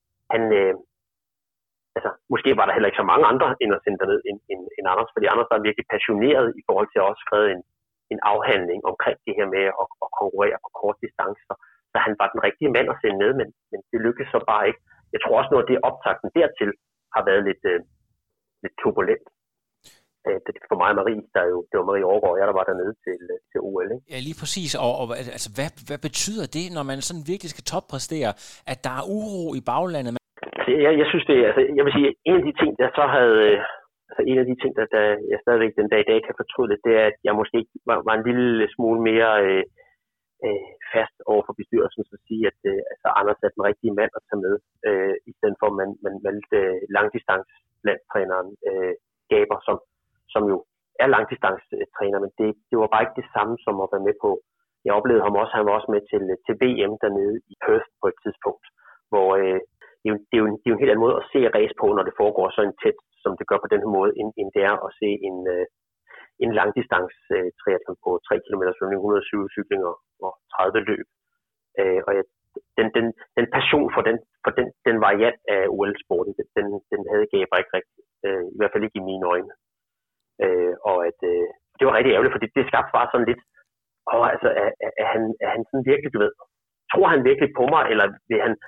måske var der heller ikke så mange andre end at sende derned end Anders, fordi Anders var virkelig passioneret i forhold til at også skrive en afhandling omkring det her med at konkurrere på kort distancer. Så han var den rigtige mand at sende med, men det lykkedes så bare ikke. Jeg tror også, noget af det optakten dertil har været lidt turbulent. For mig og Marie, det var Marie Overgaard, der var dernede til OL. Ikke? Ja, lige præcis. Og altså, hvad betyder det, når man sådan virkelig skal toppræstere, at der er uro i baglandet? Jeg synes det, jeg vil sige, en af de ting, der så havde, en af de ting, der jeg stadigvæk den dag i dag kan fortryde lidt, det er, at jeg måske var en lille smule mere fast over for bestyrelsen, så at sige, at Anders er den rigtige mand at tage med, i stedet for, at man valgte langdistancelandstræneren Gaber, som jo er langdistanstræner, men det var bare ikke det samme som at være med på. Jeg oplevede ham også, han var også med til VM dernede i Perth på et tidspunkt, hvor det er jo en helt anden måde at se race på, når det foregår så tæt, som det gør på den her måde, end det er at se en langdistance triathlon på 3 km svømning, 120 cyklinger og 30 løb. Og den passion for den variant af OL-sporten, den havde Gaber ikke rigtigt. I hvert fald ikke i mine øjne. Og at det var rigtig ærgerligt, fordi det skabte bare sådan lidt, er han sådan virkelig, du ved, tror han virkelig på mig, eller vil han,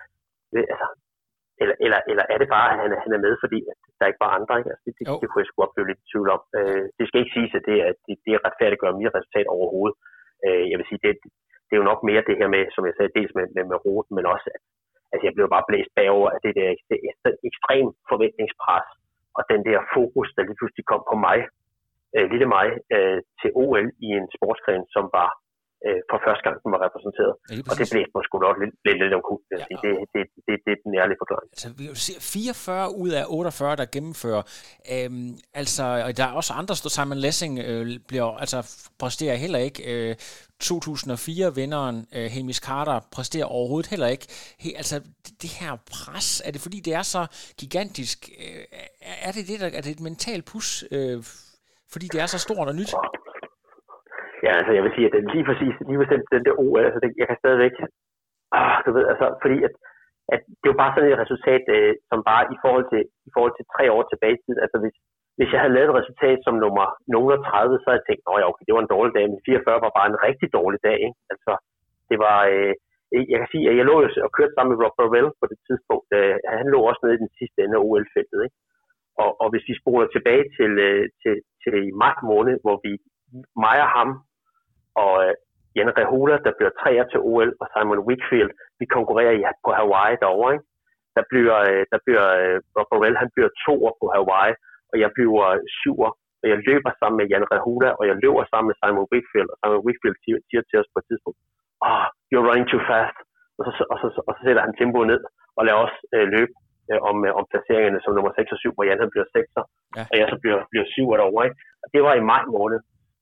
eller er det bare, at han er med, fordi at der ikke var andre, ikke? Altså, det kunne jeg sgu opleve lidt i tvivl om. Det skal ikke siges, at det retfærdiggør mit resultat overhovedet. Jeg vil sige, det er jo nok mere det her med, som jeg sagde, dels med ruten, men også, at jeg blev bare blæst bagover af det der ekstrem forventningspres, og den der fokus, der lige pludselig kom på mig, lille mig, til OL i en sportsgren, som var for første gang, den var repræsenteret. Ja, og det blev måske nok lidt om kul. Det er den ærlige forklaring. Altså, vi ser 44 ud af 48, der gennemfører. Der er også andre, Simon Lessing præsterer heller ikke. 2004-vinderen Hamish Carter præsterer overhovedet heller ikke. Det her pres, er det fordi, det er så gigantisk? Er det et mentalt push, fordi det er så stort og nyt? Ja, altså jeg vil sige, at lige præcis den der OL, jeg kan stadigvæk, du ved, fordi at det er jo bare sådan et resultat, som bare i forhold til 3 år tilbage i tid, altså hvis jeg havde lavet et resultat som nummer 30, så havde jeg tænkt, okay, det var en dårlig dag, men 44 var bare en rigtig dårlig dag, ikke? Altså, det var, jeg kan sige, at jeg lå og kørte sammen med Rob Burwell på det tidspunkt. Han lå også nede i den sidste ende af OL-feltet, ikke? Og hvis vi spoler tilbage til maj måned, hvor mig og ham og Jan Rehula, der bliver 3'er til OL, og Simon Whitfield, vi konkurrerer på Hawaii derovre, ikke? Der bliver Rob Burwell, han bliver 2'er på Hawaii, og jeg bliver 7'er, og jeg løber sammen med Jan Rehula, og jeg løber sammen med Simon Whitfield, og Simon Whitfield siger til os på et tidspunkt, you're running too fast, og så sætter han tempoet ned, og lader os løbe om placeringerne som nummer 6 og 7, hvor Jan han bliver 6'er, og jeg så bliver 7'er derovre, ikke? Og det var i maj måned.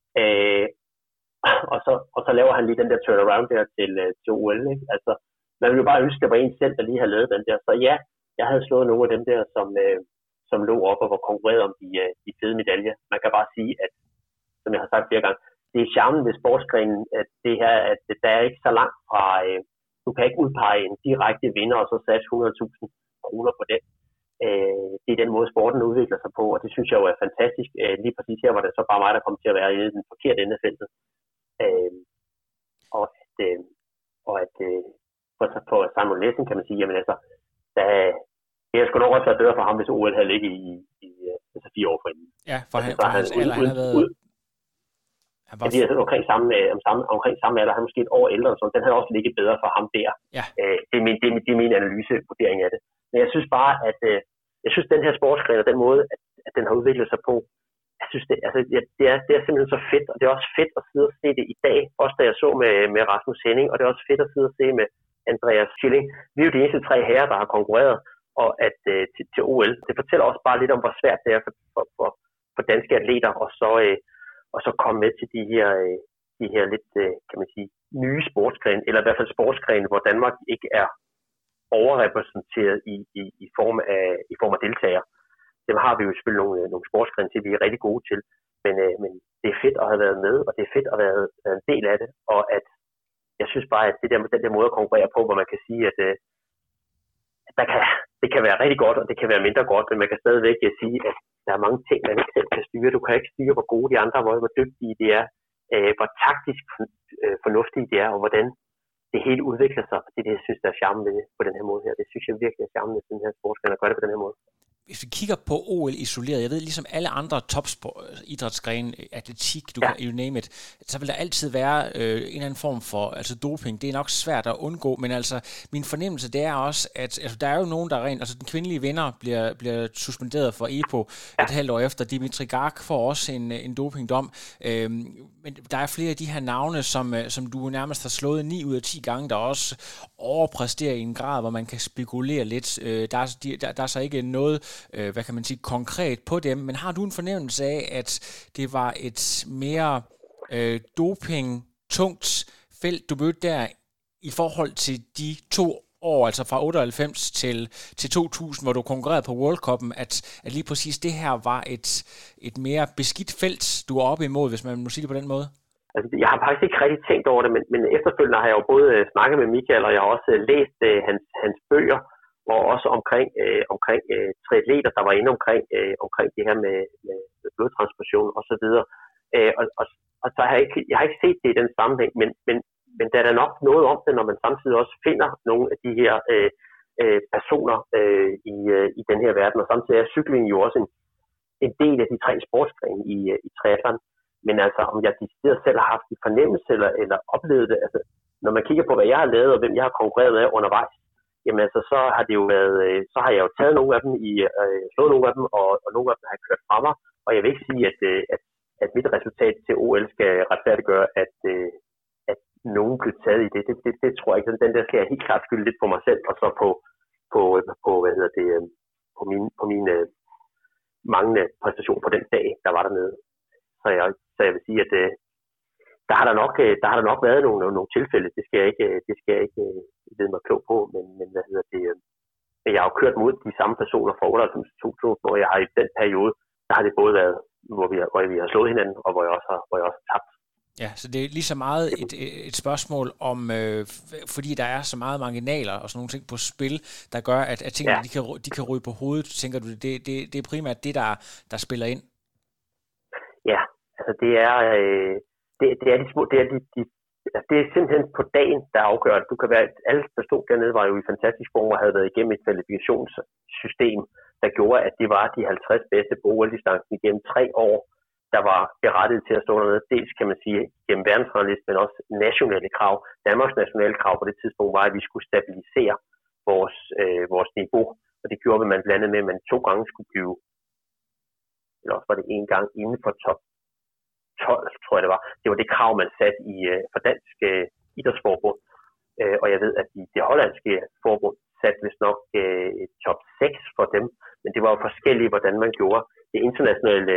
Og så laver han lige den der turnaround der til OL, ikke? Altså, man ville jo bare ønske, at det var en selv, der lige havde lavet den der. Så ja, jeg havde slået nogle af dem der, som lå op og var konkurreret om de fede medaljer. Man kan bare sige, at, som jeg har sagt flere gange, det er charmen ved sportsgrenen, at det her, at der er ikke så langt fra, du kan ikke udpege en direkte vinder, og så sætte 100.000 kroner på den. Det er den måde, sporten udvikler sig på, og det synes jeg jo er fantastisk. Lige præcis her var det så bare mig, der kom til at være i den forkerte ende af feltet. For Simon Lessing kan man sige, jamen altså, det er sgu nok også været bedre for ham, hvis OL havde ligget i 4 år forinden. Ja, for hans alder, han har været... De er sådan omkring samme alder, han er måske et år ældre, så den havde også ligget bedre for ham der. Ja. Det er min analysevurdering af det. Men jeg synes bare, at den her sportsgren og den måde, at den har udviklet sig på, jeg synes, det er simpelthen så fedt, og det er også fedt at sidde og se det i dag, også da jeg så med Rasmus Henning, og det er også fedt at sidde og se med Andreas Schilling. Vi er jo de eneste 3 herrer, der har konkurreret og til OL. Det fortæller også bare lidt om, hvor svært det er for danske atleter, og så komme med til de her lidt, kan man sige, nye sportsgrene, eller i hvert fald sportsgrene, hvor Danmark ikke er overrepræsenteret i form af deltagere. Dem har vi jo selvfølgelig nogle sportsgrene til, vi er rigtig gode til, men det er fedt at have været med, og det er fedt at have været en del af det, og at jeg synes bare, at den der måde at konkurrere på, hvor man kan sige, at det kan være rigtig godt, og det kan være mindre godt, men man kan stadigvæk sige, at der er mange ting, man ikke selv kan styre. Du kan ikke styre, hvor gode de andre er, hvor dygtige de er, hvor taktisk fornuftige de er, og hvordan det hele udvikler sig. Det er det, jeg synes, der er charmen ved det på den her måde her. Det synes jeg virkelig er charmen ved den her sportsgren at gøre det på den her måde. Hvis vi kigger på OL isoleret, jeg ved ligesom alle andre topidrætsgrene, atletik, du kan you name it, så vil der altid være en eller anden form for doping. Det er nok svært at undgå, men altså min fornemmelse det er også, at der er jo nogen, der den kvindelige vinder bliver suspenderet for EPO et halvt år efter. Dimitri Garg får også en dopingdom. Men der er flere af de her navne, som du nærmest har slået 9 ud af 10 gange, der også overpræsterer i en grad, hvor man kan spekulere lidt. Der er så ikke noget hvad kan man sige, konkret på dem, men har du en fornemmelse af, at det var et mere doping-tungt felt, du mødte der i forhold til de 2 år, altså fra 98 til 2000, hvor du konkurrerede på World Cup'en, at lige præcis det her var et mere beskidt felt, du var oppe imod, hvis man må sige det på den måde? Altså, jeg har faktisk ikke rigtig tænkt over det, men efterfølgende har jeg jo både snakket med Michael, og jeg har også læst hans bøger, og også omkring triatleter, der var inde omkring det her med blodtransplantation og så videre. Og så har jeg har ikke set det i den sammenhæng, men der er da nok noget om det, når man samtidig også finder nogle af de her personer i den her verden, og samtidig er cykling jo også en del af de 3 sportsgrene i triathlon. Men altså, om jeg selv har haft en fornemmelse eller oplevet det, altså, når man kigger på, hvad jeg har lavet, og hvem jeg har konkurreret med undervejs, jamen altså, så har det jo været, så har jeg jo taget nogle af dem slået nogle af dem, og nogle af dem har kørt fra mig, og jeg vil ikke sige, at mit resultat til OL skal retfærdiggøre, at nogen blev taget i det. Det tror jeg ikke. Den der skal jeg helt klart skylde lidt på mig selv, og så på på min manglende præstation på den dag, der var dernede. Så jeg vil sige, at der har der nok været nogle tilfælde. Det skal jeg ikke vide mig klog på, men jeg har jo kørt mod de samme personer fra 98 til 2000, hvor jeg har i den periode, der har det både været, hvor vi har slået hinanden, og hvor jeg også har tabt. Ja, så det er lige så meget et spørgsmål om, fordi der er så meget marginaler og sådan nogle ting på spil, der gør, at tingene de kan ryge på hovedet. Tænker du, det er primært det, der spiller ind? Ja, altså det er de små, det er Det er simpelthen på dagen, der afgør det. Du kan være, alle, der stod dernede, var jo i fantastisk form og havde været igennem et kvalifikationssystem, der gjorde, at det var de 50 bedste på OL-distancen igennem 3 år, der var berettiget til at stå dernede. Dels kan man sige gennem verdensranglisten, men også nationale krav. Danmarks nationale krav på det tidspunkt var, at vi skulle stabilisere vores niveau, og det gjorde man blandt andet med, at man 2 gange skulle blive, eller også var det 1 gang inden for top 12, tror jeg det var. Det var det krav, man satte for dansk idrætsforbund. Og jeg ved, at det hollandske forbund satte vist nok top 6 for dem, men det var jo forskelligt, hvordan man gjorde. Den internationale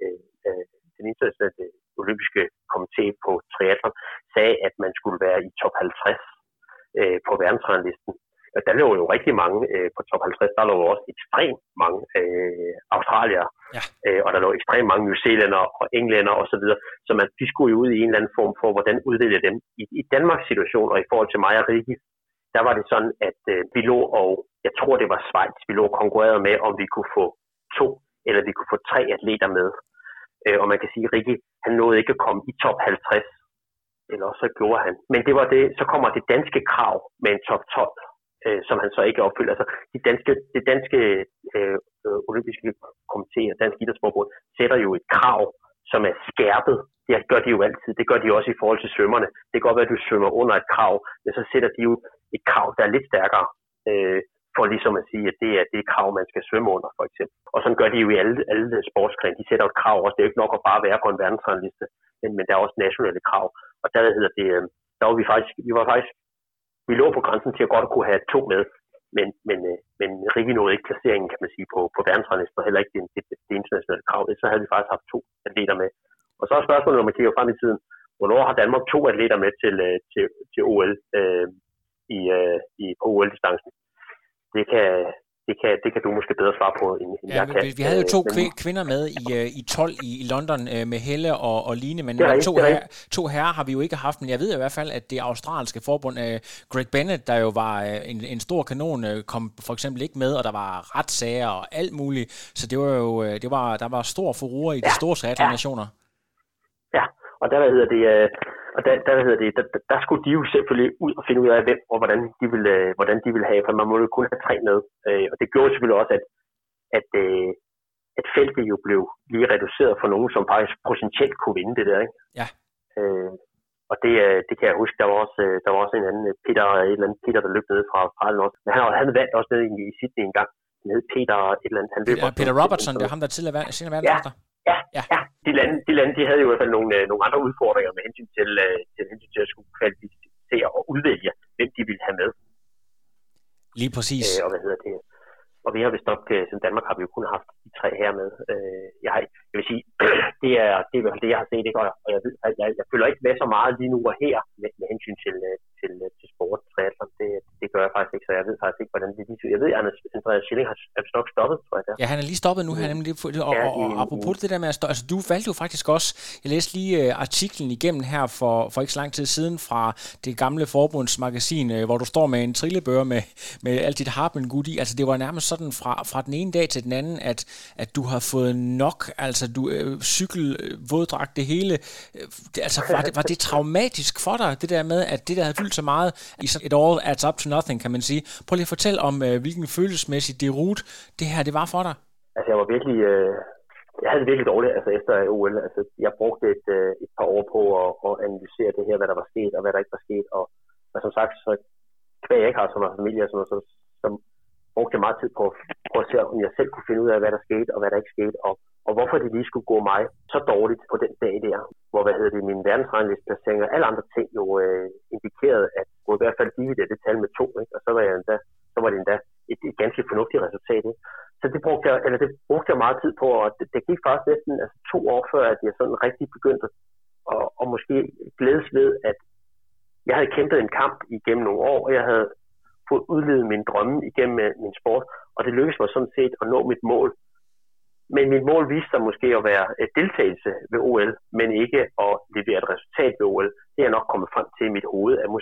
olympiske komité på triathlon sagde, at man skulle være i top 50 på verdensranglisten. Der lå jo rigtig mange på top 50, der lå jo også ekstremt mange australiere, og der lå ekstremt mange newzealændere og englænder osv., så de skulle jo ud i en eller anden form for, hvordan udvælge dem. I Danmarks situation, og i forhold til mig og Rikke, der var det sådan, at vi lå, og jeg tror det var Schweiz, vi lå konkurreret med, om vi kunne få 2 eller vi kunne få 3 atleter med. Og man kan sige, at Rikke, han nåede ikke at komme i top 50, eller så gjorde han. Men det var det, så kommer det danske krav med en top 12, som han så ikke opfylder. Altså, det danske olympiske komité og Dansk Idrætsforbund sætter jo et krav, som er skærpet. Det gør de jo altid. Det gør de også i forhold til svømmerne. Det kan godt være, at du svømmer under et krav, men så sætter de jo et krav, der er lidt stærkere, for ligesom at sige, at det er det krav, man skal svømme under, for eksempel. Og sådan gør de jo i alle sportsgrene. De sætter et krav også. Det er jo ikke nok at bare være på en verdensrangliste, men der er også nationale krav. Og der hedder det, der var vi lå på grænsen til at godt kunne have 2 med, men Rikke nåede ikke placeringen, kan man sige, på verdensranglisten, og heller ikke det internationale krav. Så havde vi faktisk haft 2 atleter med. Og så er spørgsmålet, når man kigger frem i tiden, hvornår har Danmark 2 atleter med til OL på OL-distancen? Det kan du måske bedre svare på, end jeg kan. Vi havde jo 2 kvinder med i 12 i London med Helle og Line, men 2 herrer har vi jo ikke haft, men jeg ved i hvert fald, at det australske forbund, Greg Bennett, der jo var en stor kanon, kom for eksempel ikke med, og der var retssager og alt muligt, så det var jo, der var stor furore i de store triathlon-nationer. Ja, og der skulle de jo selvfølgelig ud og finde ud af, hvem og hvordan de ville have, for man må jo kun have 3 med. Og det gjorde selvfølgelig også, at feltet jo blev lige reduceret for nogen, som faktisk potentielt kunne vinde det der, ikke? Ja. Og det kan jeg huske, der var også en anden Peter, der løb ned fra Australien også. Men han vandt også ned i Sydney en gang. Han hed Peter et eller andet. Han løb Peter Robertson, det er ham, der tidligere verdensmester. Ja. De lande, de havde jo i hvert fald nogle andre udfordringer med hensyn til at skulle kvalificere og udvælge, hvem de ville have med. Lige præcis. Og hvad hedder det? Og vi har vist nok, som Danmark har vi jo kun haft de 3 her med. Jeg vil sige, det er i hvert fald det, jeg har set, ikke? Og jeg føler ikke med så meget lige nu og her med hensyn til sport, triathlon. Det gør jeg faktisk ikke, så jeg ved faktisk ikke, hvordan det er. Jeg ved, at Andreas Schilling har nok stoppet, tror jeg. Ja, han er lige stoppet nu. Han er nemlig, og apropos det der med at stoppe, altså du valgte jo faktisk også, jeg læste lige artiklen igennem her for ikke så lang tid siden fra det gamle forbundsmagasin, hvor du står med en trillebør med alt dit harpen-gud i. Altså det var nærmest sådan fra den ene dag til den anden, at du har fået nok, altså du cykel, våddragt, det hele. Altså var det traumatisk for dig, det der med, at det der havde fyldt så meget, it all adds up to nothing, kan man sige. Prøv lige at fortælle om, hvilken følelsesmæssig deroute det her, det var for dig. Altså jeg var virkelig, jeg havde det virkelig dårligt, altså efter OL. Altså jeg brugte et par år på at analysere det her, hvad der var sket, og hvad der ikke var sket, og som sagt, så kvæg jeg ikke har så meget familie, og sådan noget, så brugte jeg meget tid på at se, om jeg selv kunne finde ud af, hvad der skete, og hvad der ikke skete, og hvorfor det lige skulle gå mig så dårligt på den dag der, hvor min verdensranglisteplacering og alle andre ting jo indikerede, at jeg i hvert fald dividere det tal med 2, ikke? Og så var det endda et ganske fornuftigt resultat. Ikke? Så det brugte jeg meget tid på, og det gik faktisk næsten 2 år før, at jeg sådan rigtig begyndte at måske glædes ved, at jeg havde kæmpet en kamp igennem nogle år, og jeg havde fået udlevet mine drømme igennem min sport, og det lykkedes mig sådan set at nå mit mål. Men mit mål viste sig måske at være deltagelse ved OL, men ikke at levere et resultat ved OL. Det er nok kommet frem til i mit hoved, at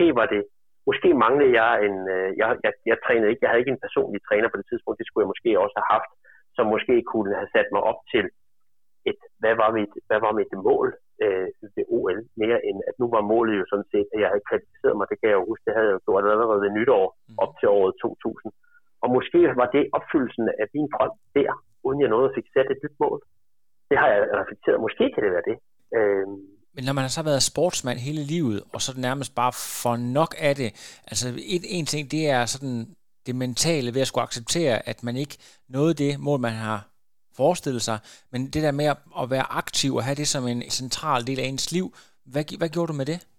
måske manglede jeg jeg trænede ikke, jeg havde ikke en personlig træner på det tidspunkt, det skulle jeg måske også have haft, som måske kunne have sat mig op til hvad var mit mål ved OL, mere end at nu var målet jo sådan set, at jeg havde kvalificeret mig. Det kan jeg jo huske, det havde jeg jo gjort allerede ved nytår op til året 2000. Og måske var det opfyldelsen af min drøm der, uden jeg nåede fik sat et nyt mål. Det har jeg reflekteret. Måske kan det være det. Men når man har så været sportsmand hele livet, og så nærmest bare får nok af det, altså en ting, det er sådan det mentale ved at skulle acceptere, at man ikke nåede det mål, man har forestillet sig, men det der med at være aktiv og have det som en central del af ens liv, hvad gjorde du med det?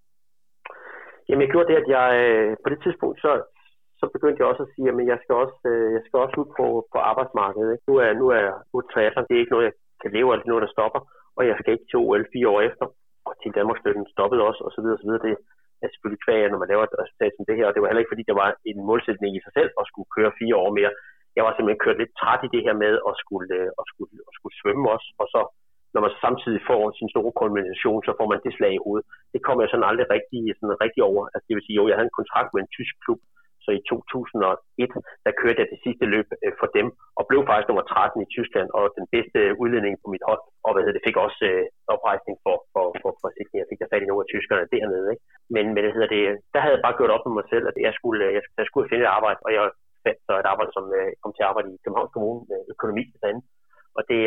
Jamen jeg gjorde det, at jeg på det tidspunkt, så begyndte jeg også at sige, at jeg skal også ud på arbejdsmarkedet. Ikke? Nu er triathlon, det er ikke noget, jeg kan leve af, det er noget, der stopper, og jeg skal ikke til OL 4 år efter, og til Danmarksstøtten stoppede også, og så videre, og så videre. Det er selvfølgelig kvæg, når man laver et resultat som det her, og det var heller ikke, fordi der var en målsætning i sig selv at skulle køre 4 år mere. Jeg var simpelthen kørt lidt træt i det her med at skulle svømme også, og så når man så samtidig får sin store kulmination, så får man det slag i hovedet. Det kom jeg sådan aldrig rigtig over. Altså det vil sige, jo, jeg havde en kontrakt med en tysk klub, så i 2001, der kørte jeg det sidste løb for dem, og blev faktisk nummer 13 i Tyskland, og den bedste udledning på mit hold, og det fik også oprejsning for sikring. Jeg fik der fat i nogle af tyskerne dernede, ikke? Men der havde jeg bare gjort op med mig selv, at jeg skulle finde et arbejde, og jeg fandt så et arbejde, som kom til at arbejde i Københavns Kommune med økonomi derinde, og det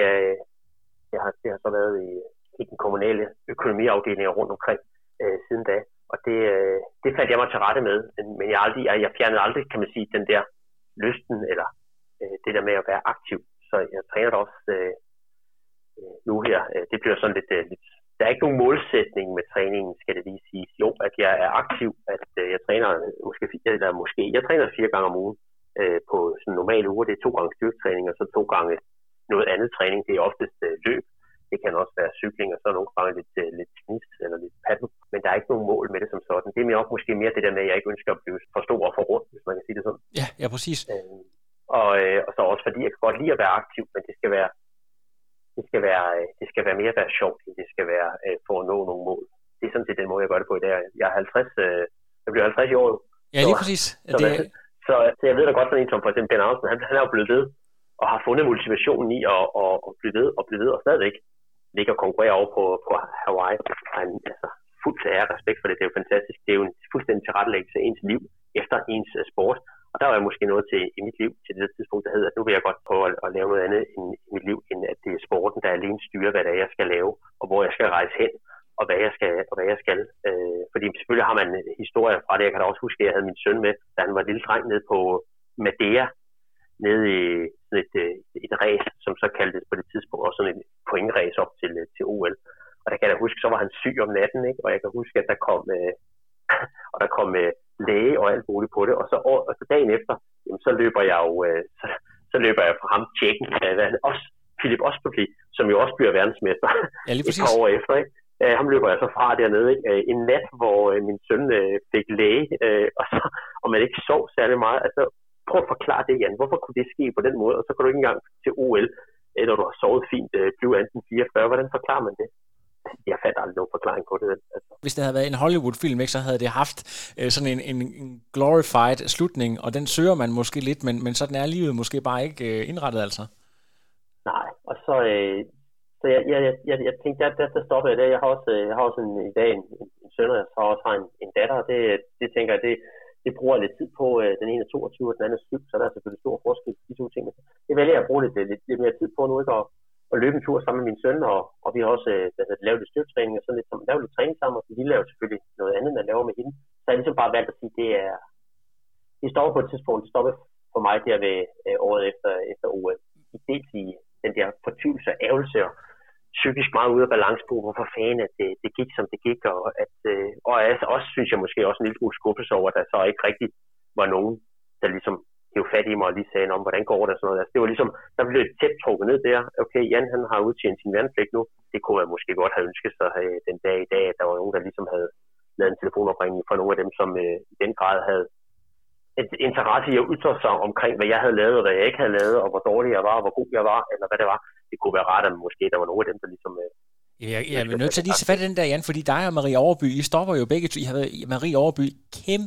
har så været i den kommunale økonomiafdeling rundt omkring siden da. Og det fandt jeg mig til rette med, men jeg fjernede aldrig, kan man sige, den der lysten, eller det der med at være aktiv. Så jeg træner da også nu her. Det bliver sådan lidt... Der er ikke nogen målsætning med træningen, skal det lige sige. Jo, at jeg er aktiv, at jeg træner jeg træner 4 gange om ugen på sådan en normal uge. Det er 2 gange styrketræning, og så 2 gange noget andet træning. Det er oftest løb. Det kan også være cykling, og så nogle gange lidt tennis eller lidt paddle. Men der er ikke nogen mål med det som sådan. Det er måske mere det der med, at jeg ikke ønsker at blive for stor og for rundt, hvis man kan sige det sådan. Ja, præcis. Og så også fordi, jeg kan godt lide at være aktiv, men det skal være mere være sjovt, end det skal være for at nå nogle mål. Det er sådan set den måde, jeg gør det på i dag. Jeg er 50, jeg bliver 50 i år. Ja, lige præcis. Så jeg ved da godt, sådan en som for eksempel Ben Andersen, han er jo blevet ved og har fundet motivationen i at blive ved og stadigvæk ligger og konkurrerer over på Hawaii. Altså, fuldt af respekt for det. Det er jo fantastisk. Det er jo en fuldstændig tilrettelæggelse af ens liv efter ens sport. Og der var jeg måske noget til i mit liv til det tidspunkt, der hedder, at nu vil jeg godt prøve at lave noget andet i mit liv, end at det er sporten, der alene styrer, hvad det er, jeg skal lave, og hvor jeg skal rejse hen, og hvad jeg skal. Fordi selvfølgelig har man historier fra det. Jeg kan da også huske, at jeg havde min søn med, da han var lille dreng nede på Madeira, nede i et race, som så kaldtes på det tidspunkt også sådan et pointrace op til OL. Og der kan jeg huske, så var han syg om natten, ikke? Og jeg kan huske, at der kom læge og alt muligt på det. Og så dagen efter, jamen, så løber jeg fra ham tjekken, også Philip Ospoli, som jo også bliver verdensmester et par år efter, ikke? Ham løber jeg så fra dernede, ikke? En nat, hvor min søn fik læge, og man ikke sov særlig meget. Altså, prøv at forklare det, Jan. Hvorfor kunne det ske på den måde? Og så kan du ikke engang til OL, når du har sovet fint, blive enten 44. Hvordan forklarer man det? Jeg fandt aldrig nogen forklaring på det. Altså. Hvis det havde været en Hollywood-film, ikke, så havde det haft sådan en glorified slutning, og den søger man måske lidt, men sådan er livet måske bare ikke indrettet, altså. Nej, og så jeg tænkte, der stopper jeg det. Jeg har også i dag en søn, og jeg også har en datter, og det tænker jeg, det bruger jeg lidt tid på. Den ene er 22, og den anden er 7, så der er selvfølgelig stor forskel på de 2 ting. Det vælger jeg at bruge lidt mere tid på nu, ikke? Og løbe en tur sammen med min søn, og vi har også lavet lidt styrketræning og sådan lidt, lavet lidt træning sammen, og vi laver selvfølgelig noget andet, end at lave med hende. Så jeg ligesom bare valgt at sige, det stopper på et tidspunkt, det stopper for mig der ved året efter OL. Dels i den der fortvivlelse og ærgelse, og psykisk meget ude af balance på, hvorfor fanden at det gik, som det gik, og jeg også synes jeg måske også en lille smule skuffelse over, at der så ikke rigtig var nogen, der ligesom hæv fat i mig og lige sagde om, hvordan går det og sådan noget. Altså, det var ligesom, der blev et tæt trukket ned der. Okay, Jan, han har udtjent sin værnepligt nu. Det kunne man måske godt have ønsket sig den dag i dag, at der var nogen, der ligesom havde lavet en telefonopringning for nogle af dem, som i den grad havde et interesse i at ytre sig omkring, hvad jeg havde lavet, og hvad jeg ikke havde lavet, og hvor dårlig jeg var, og hvor god jeg var, eller hvad det var. Det kunne være rart, at måske der var nogle af dem, der ligesom... Jeg er nødt til at lige se fat i den der, Jan, fordi dig og Marie Overby, I stopper jo begge to. I har været Marie Overby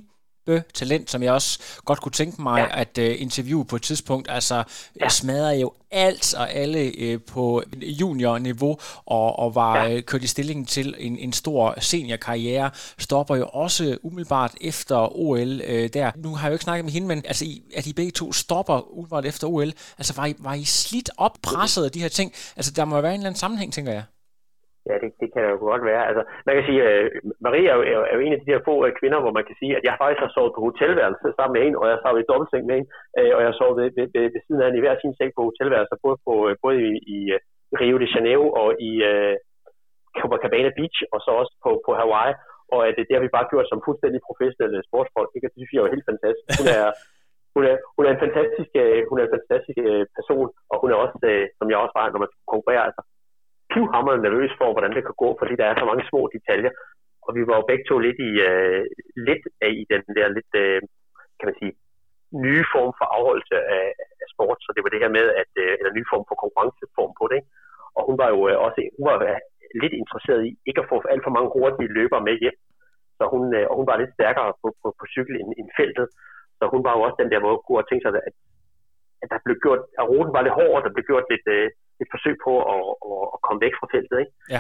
talent, som jeg også godt kunne tænke mig at interviewe på et tidspunkt. Altså smadrede jo alt og alle på juniorniveau og var kørt i stillingen til en stor seniorkarriere. Stopper jo også umiddelbart efter OL der. Nu har jeg jo ikke snakket med hende, men altså, at I begge to stopper umiddelbart efter OL. Altså var I slidt op, presset af de her ting? Altså der må være en eller anden sammenhæng, tænker jeg. Ja, det kan jo godt være. Altså, man kan sige, Marie er jo en af de der få kvinder, hvor man kan sige, at jeg faktisk har sovet på hotelværelse sammen med en, og jeg sov i dobbeltseng med en, og jeg sov ved siden af en i hver sin seng på hotelværelse, både i Rio de Janeiro og i Copacabana Beach, og så også på Hawaii, og det har vi bare gjort som fuldstændig professionelle sportsfolk. Det synes jeg er helt fantastisk. Hun er en fantastisk person, og hun er også, som jeg også var, når man konkurrerer, altså pivhamrende nervøs for, hvordan det kan gå, fordi der er så mange små detaljer. Og vi var jo begge to lidt i den der lidt, kan man sige, nye form for afholdelse af sport. Så det var det her med, eller ny form for konkurrenceform på det. Ikke? Og hun var jo også lidt interesseret i ikke at få alt for mange hurtige løbere med hjem. Så hun var lidt stærkere på cykel end feltet. Så hun var jo også den der, hvor hun kunne tænke sig, at der blev gjort, at ruten var lidt hård, og der blev gjort et forsøg på at komme væk fra feltet, ikke? Ja.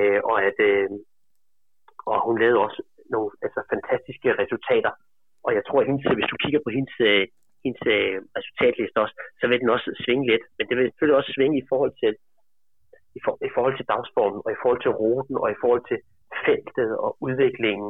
Og hun lavede også nogle fantastiske resultater. Og jeg tror, at hvis du kigger på hendes resultatliste også, så vil den også svinge lidt. Men det vil selvfølgelig også svinge i forhold til dagsformen, og i forhold til ruten, og i forhold til feltet og udviklingen.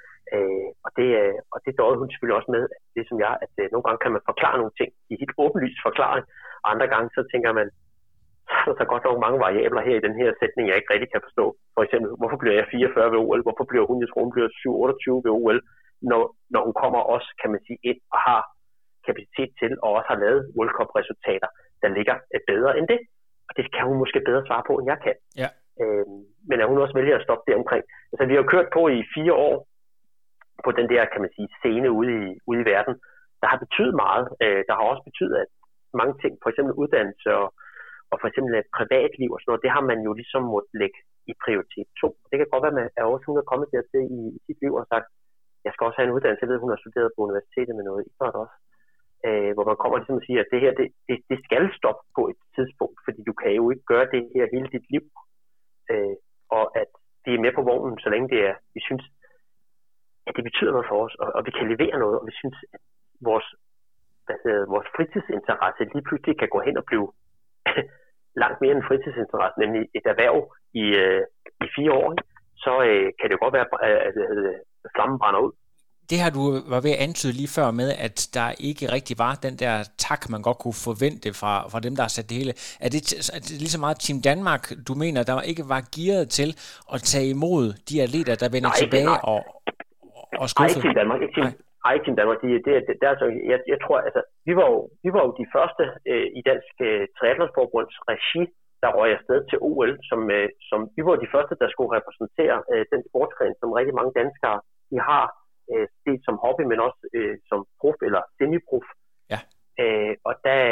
Og det døde hun selvfølgelig også med, det som jeg, at nogle gange kan man forklare nogle ting i helt åbenlyst forklaring, og andre gange så tænker man, så er der godt nok mange variabler her i den her sætning, jeg ikke rigtig kan forstå. For eksempel, hvorfor bliver jeg 44 ved OL? Hvorfor bliver hun, jeg tror, hun bliver 27 ved OL? Når hun kommer også, kan man sige, ind og har kapacitet til, og også har lavet World Cup-resultater, der ligger bedre end det. Og det kan hun måske bedre svare på, end jeg kan. Ja. Men at hun også vælger at stoppe det omkring. Altså, vi har jo kørt på i 4 år på den der, kan man sige, scene ude i verden, der har betydet meget. Der har også betydet, at mange ting, for eksempel uddannelse og for eksempel et privatliv og sådan noget, det har man jo ligesom måttet lægge i prioritet 2. Det kan godt være, at også hun er kommet dertil i sit liv og sagt, jeg skal også have en uddannelse. Jeg ved, hun har studeret på universitetet med noget idræt også. Hvor man kommer ligesom og siger, at det her, det skal stoppe på et tidspunkt, fordi du kan jo ikke gøre det her hele dit liv. Og at det er med på vognen, så længe det er, vi synes, at det betyder noget for os, og vi kan levere noget, og vi synes, at vores fritidsinteresse lige pludselig kan gå hen og blive langt mere end fritidsinteresse, nemlig et erhverv i 4 år, så kan det jo godt være, at flammen brænder ud. Det her, du var ved at antyde lige før med, at der ikke rigtig var den der tak, man godt kunne forvente fra dem, der har sat det hele. Er det lige så meget Team Danmark, du mener, der ikke var gearet til at tage imod de atleter, der vender tilbage og skuffe? Nej, Team Danmark. Ikke Team Danmark. Jeg tror, altså, vi var jo de første i Dansk Triathlonforbunds regi, der røg afsted til OL, som vi var de første, der skulle repræsentere den sportsgren, som rigtig mange danskere de har set som hobby, men også som prof eller semi-prof. Ja. Og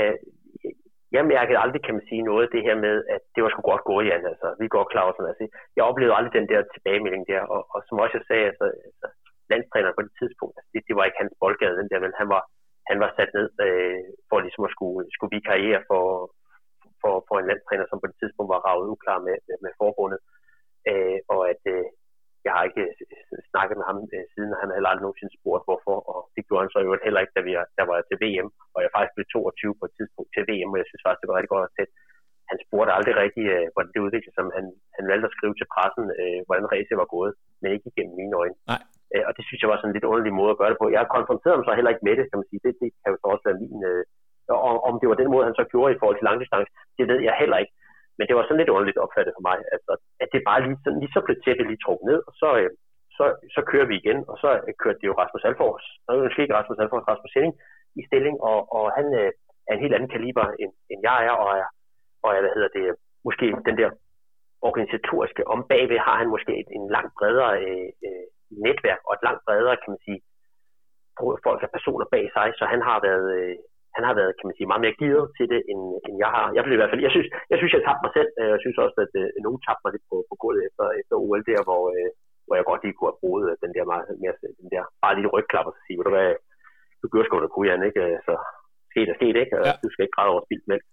jeg mærkede aldrig, kan man sige, noget af det her med, at det var sgu godt gået, Jan. Altså, vi går klar og sådan. Altså, jeg oplevede aldrig den der tilbagemelding der, og som også jeg sagde, altså landstræner på det tidspunkt, altså, det var ikke hans boldgade, den der, men han var sat ned for ligesom at skulle vikariere for en landstræner, som på det tidspunkt var raget uklar med forbundet. Og at jeg har ikke snakket med ham siden, han havde aldrig nogensinde spurgt hvorfor, og det gjorde han så jo heller ikke, da var til VM, og jeg faktisk blev 22 på et tidspunkt til VM, og jeg synes faktisk, det var rigtig godt at sætte. Han spurgte aldrig rigtig, hvordan det udviklede sig, han valgte at skrive til pressen, hvordan racet var gået, men ikke igennem mine øjne. Nej. Og det synes jeg var sådan en lidt underlig måde at gøre det på. Jeg konfronterede ham så heller ikke med det, kan man sige. Det kan jo så også være min... om det var den måde, han så gjorde i forhold til langdistance, det ved jeg heller ikke. Men det var sådan lidt underligt opfattet for mig, altså, at det bare lige så blev tæppet lige trukket ned, og så kører vi igen, og så kørte det jo Rasmus Alfors, Rasmus Henning i stilling, og han er en helt anden kaliber, end jeg er, og er, måske den der organisatoriske, om bagved har han måske en langt bredere netværk, og et langt bredere, kan man sige, folk af personer bag sig, så han har været, kan man sige, meget mere gearet til det, end jeg har. Jeg blev i hvert fald, jeg synes, jeg tabte mig selv. Jeg synes også, at nogen tabte mig lidt på gulvet efter OL der, hvor jeg godt lige kunne have brugt den der bare lille rygklap og så sige, ved du hvad, du gør sgu da kunne, Jan, ikke? Så sket er sket, ikke? Du skal ikke græde over spildt mælk.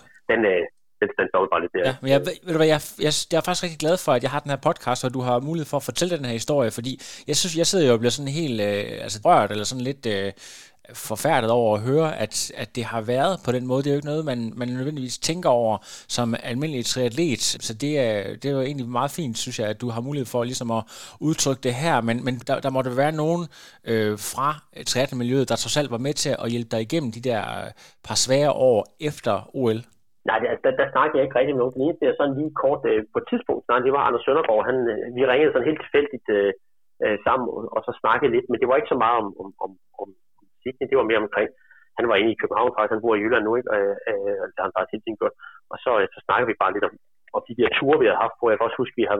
Den står bare lidt der. Ja, men ved du hvad, jeg er faktisk rigtig glad for, at jeg har den her podcast, og du har mulighed for at fortælle den her historie, fordi jeg synes, jeg sidder jo og bliver sådan helt rørt, eller sådan lidt forfærdet over at høre, at det har været på den måde. Det er jo ikke noget, man nødvendigvis tænker over som almindelig triatlet, så det er jo egentlig meget fint, synes jeg, at du har mulighed for ligesom at udtrykke det her, men der må der være nogen fra triathlonmiljøet, der trods alt var med til at hjælpe dig igennem de der par svære år efter OL. Nej, der snakkede jeg ikke rigtig med nogen. Den eneste, jeg sådan lige kort på et tidspunkt snakkede, det var Anders Søndergaard. Vi ringede sådan helt tilfældigt sammen, og så snakkede lidt, men det var ikke så meget om Sydney, det var mere omkring. Han var inde i København, faktisk, han bor i Jylland nu, ikke? Og han bare tit gjort. Og så snakkede vi bare lidt om de der ture, vi havde haft på. Jeg kan også huske, vi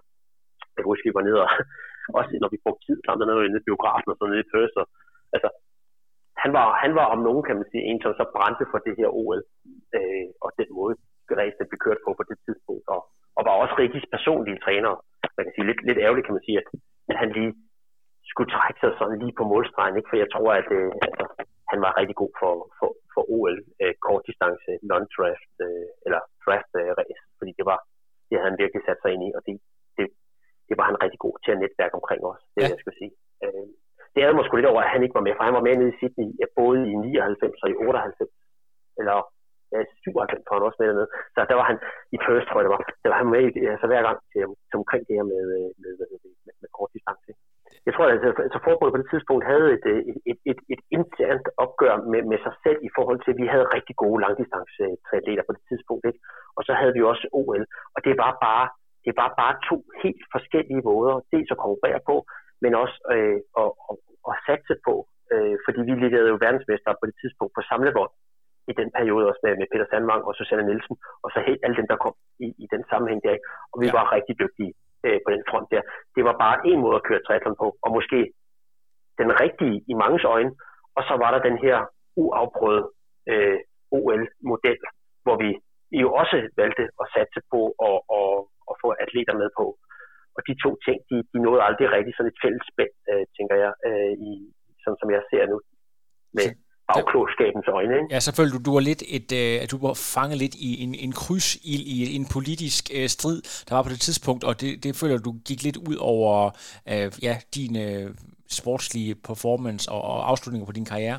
var nede og også når vi brugte tid sammen nede i biografen og sådan nede i Perth. Altså, han var om nogen, kan man sige, en, som så brændte for det her OL, og den måde, ræset blev kørt på det tidspunkt, og var også rigtig personlige træner. Man kan sige lidt ærgerligt, kan man sige, at han lige skulle trække sig sådan lige på målstregen, ikke? For jeg tror, at han var rigtig god for OL, kortdistance, non-draft, eller draft-race, fordi det havde han virkelig sat sig ind i, og det var han rigtig god til at netværke omkring os, det jeg skulle sige. Det havde måske lidt over, at han ikke var med, for han var med nede i Sydney, både i 99 og i 98, eller 97 var han også med dernede. Så der var han i Perth, tror jeg det var. Der var han med altså hver gang til omkring det her med kortdistance. Jeg tror, at forbundet på det tidspunkt havde et internt opgør med sig selv i forhold til, at vi havde rigtig gode langdistance-triatleter på det tidspunkt, ikke? Og så havde vi også OL, og det var bare to helt forskellige måder, dels at konkurrere på, men også at satse på, fordi vi liggede jo verdensmestre på det tidspunkt på samlebånd i den periode også med Peter Sandvang og Susanne Nielsen, og så helt alle dem, der kom i den sammenhæng der, og vi var rigtig dygtige på den front der. Det var bare en måde at køre triathlon på, og måske den rigtige i manges øjne, og så var der den her uafprøvede OL-model, hvor vi jo også valgte at satse på og få atleter med på. Og de to ting, de nåede aldrig rigtig sådan et fælles spænd, tænker jeg, sådan som jeg ser nu, med bagklogskabens øjne. Ikke? Ja, selvfølgelig. Du var lidt du var fanget lidt i en krydsild i en politisk strid, der var på det tidspunkt, og det føler du gik lidt ud over din sportslige performance og afslutninger på din karriere.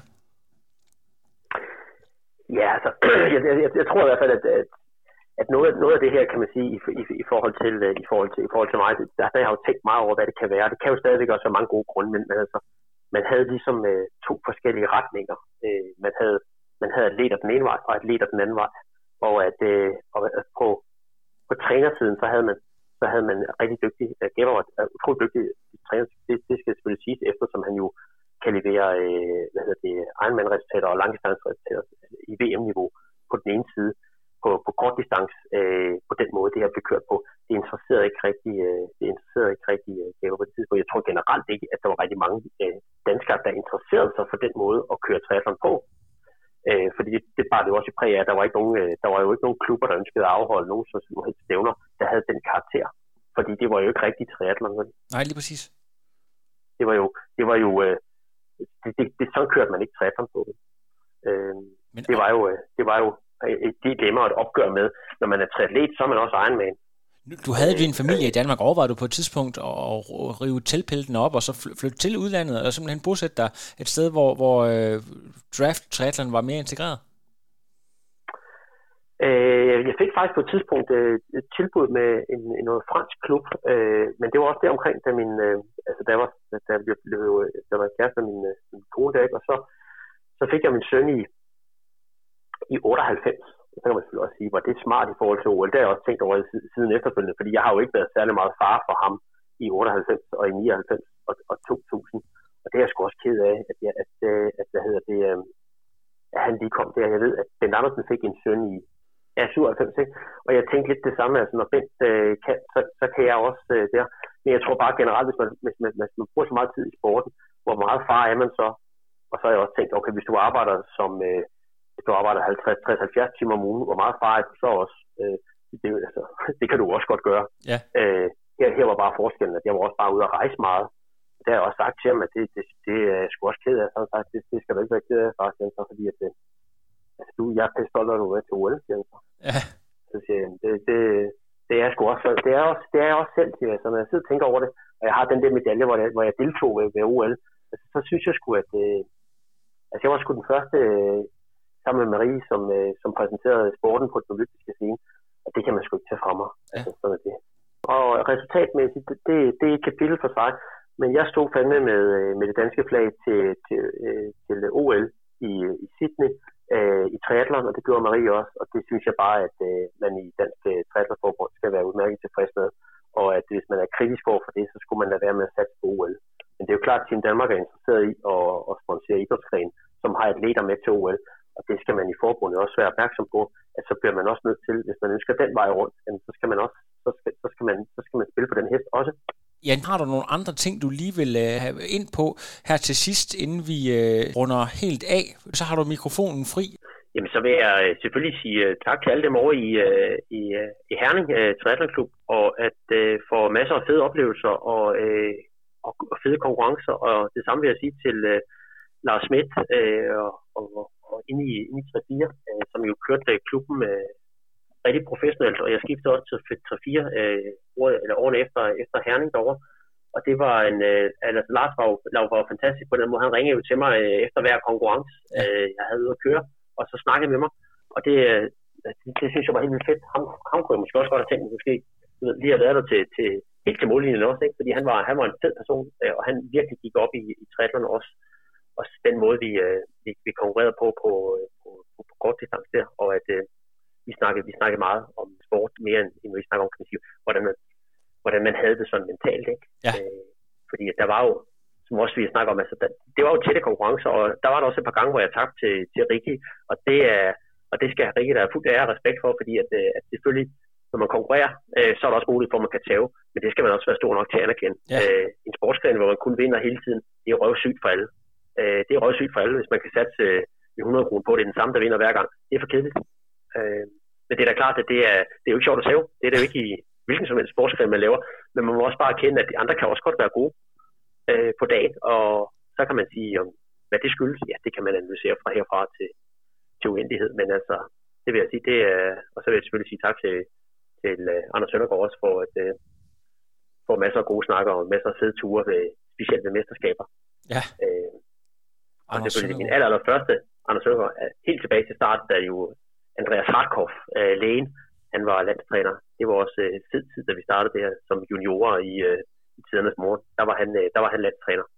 Ja, altså, jeg tror i hvert fald, at noget af det her, kan man sige, i forhold til mig, der har jeg jo tænkt meget over, hvad det kan være. Det kan jo stadigvæk også være mange gode grunde, men altså, man havde ligesom to forskellige retninger. Man havde atleter den ene vej, og atleter den anden vej. Og på trænersiden, så havde man rigtig dygtig, Gæver var utroligt dygtig træner, det skal selvfølgelig siges, eftersom han jo kan levere Ironman-resultater og langdistance-resultater i VM-niveau på den ene side. På kort distance, på den måde, det her blev kørt på, det interesserede ikke rigtig Gæver på det tidspunkt. Jeg tror generelt ikke, at der var rigtig mange danskere, der interesserede sig for den måde at køre triathlon på. Fordi det bar det også i præg af, at der var jo ikke nogen klubber, der ønskede at afholde nogen som helst stævner, der havde den karakter. Fordi det var jo ikke rigtig triathlon. Nej, lige præcis. Sådan kørte man ikke triathlon på. Det var jo de dilemmaer at opgøre med. Når man er triatlet, så er man også Ironman. Du havde din familie i Danmark. Overvejede du på et tidspunkt at rive teltpæltene op og så flytte til udlandet og simpelthen bosætte dig et sted, hvor draft triathlon var mere integreret? Jeg fik faktisk på et tidspunkt et tilbud med noget fransk klub, men det var også der omkring, da jeg var kæreste med min kone der, og så fik jeg min søn i 98. Så kan man selvfølgelig også sige, var det smart i forhold til OL. Det har jeg også tænkt over siden efterfølgende, fordi jeg har jo ikke været særlig meget far for ham i 98 og i 99 og 2000. Og det er jeg sgu også ked af, at han lige kom der. Jeg ved, at Bent Andersen fik en søn i 97, ikke? Og jeg tænkte lidt det samme, altså når Bent kan, så kan jeg også der. Men jeg tror bare generelt, hvis man bruger så meget tid i sporten, hvor meget far er man så? Og så har jeg også tænkt, okay, hvis du arbejder hvis du arbejder 50-70 timer om ugen, hvor meget far er du så også? Det kan du også godt gøre. Ja. her var bare forskellen, at jeg var også bare ude at rejse meget. Det har jeg også sagt til ham, at det er sgu også ked af. Så har sagt, det skal du ikke være ked af, far, fordi at jeg er pæst stolt, når du er til OL, Ja. Så siger jeg, det er sgu også, det er også selv, så når jeg sidder og tænker over det, og jeg har den der medalje, hvor jeg deltog ved OL, så synes jeg sgu, at jeg var sgu den første sammen med Marie, som præsenterede sporten på den olympiske scene, og det kan man sgu ikke tage fra mig. Ja. Sådan er det. Og resultatmæssigt, det er et kapitel for sig, men jeg stod fandme med det danske flag til OL i Sydney i triathlon, og det gjorde Marie også, og det synes jeg bare, at man i Dansk Triathlonforbund skal være udmærket tilfreds med, og at hvis man er kritisk over for det, så skulle man lade være med at satse på OL. Men det er jo klart, at Team Danmark er interesseret i at sponsere idrætsgren, som har atleter med til OL, og det skal man i forbundet også være opmærksom på, at så bliver man også nødt til, hvis man ønsker den vej rundt, så skal man også så skal man spille på den hest også. Jan, har du nogle andre ting, du lige vil have ind på her til sidst, inden vi runder helt af? Så har du mikrofonen fri. Jamen, så vil jeg selvfølgelig sige tak til alle dem over i Herning Triathlonklub, og at få masser af fede oplevelser og fede konkurrencer, og det samme vil jeg sige til Lars Schmidt og inde i 3-4, som jo kørte klubben rigtig professionelt, og jeg skiftede også til 3-4 årene efter Herning derovre. Og det var Lars var fantastisk på den måde. Han ringede jo til mig efter hver konkurrence, jeg havde ude at køre, og så snakkede med mig. Og det synes jeg var helt vildt fedt. Ham kunne jeg måske også godt have tænkt, måske lige have været der til helt til mållinjen også, ikke? Fordi han var en fed person, og han virkelig gik op i triathlon også. Og den måde, vi konkurrerede på kort distance der, og at vi snakkede meget om sport, mere end vi snakker om, kan man sige, hvordan man havde det sådan mentalt, ikke? Ja. Fordi der var jo, som også vi snakker om, altså, det var jo tætte konkurrencer, og der var der også et par gange, hvor jeg tabte til Ricky, og det skal Ricky der er fuldt ære og respekt for, fordi at selvfølgelig, når man konkurrerer, så er der også mulighed for, at man kan tage, men det skal man også være stor nok til at anerkende. Ja. En sportsgren, hvor man kun vinder hele tiden, det er røvsygt for alle. Det er røvsygt for alle, hvis man kan satse 100 kroner på, det er den samme, der vinder hver gang. Det er for kedeligt. Men det er da klart, at det er jo ikke sjovt at tage. Det er det jo ikke i hvilken som helst sportsgren, man laver. Men man må også bare erkende, at de andre kan også godt være gode på dagen. Og så kan man sige, hvad det skyldes. Ja, det kan man analysere fra herfra til uendelighed. Men altså, det vil jeg sige, og så vil jeg selvfølgelig sige tak til Anders Søndergaard også for at få masser af gode snakker og masser af fede ture, specielt ved mesterskaber. Ja. Og selvfølgelig min allerførste Anders Søndergaard, helt tilbage til start, der jo Andreas Hartkopf, lægen, han var landstræner. Det var også fed tid, da vi startede det her som juniorer i tidernes morgen. Der var han landstræner.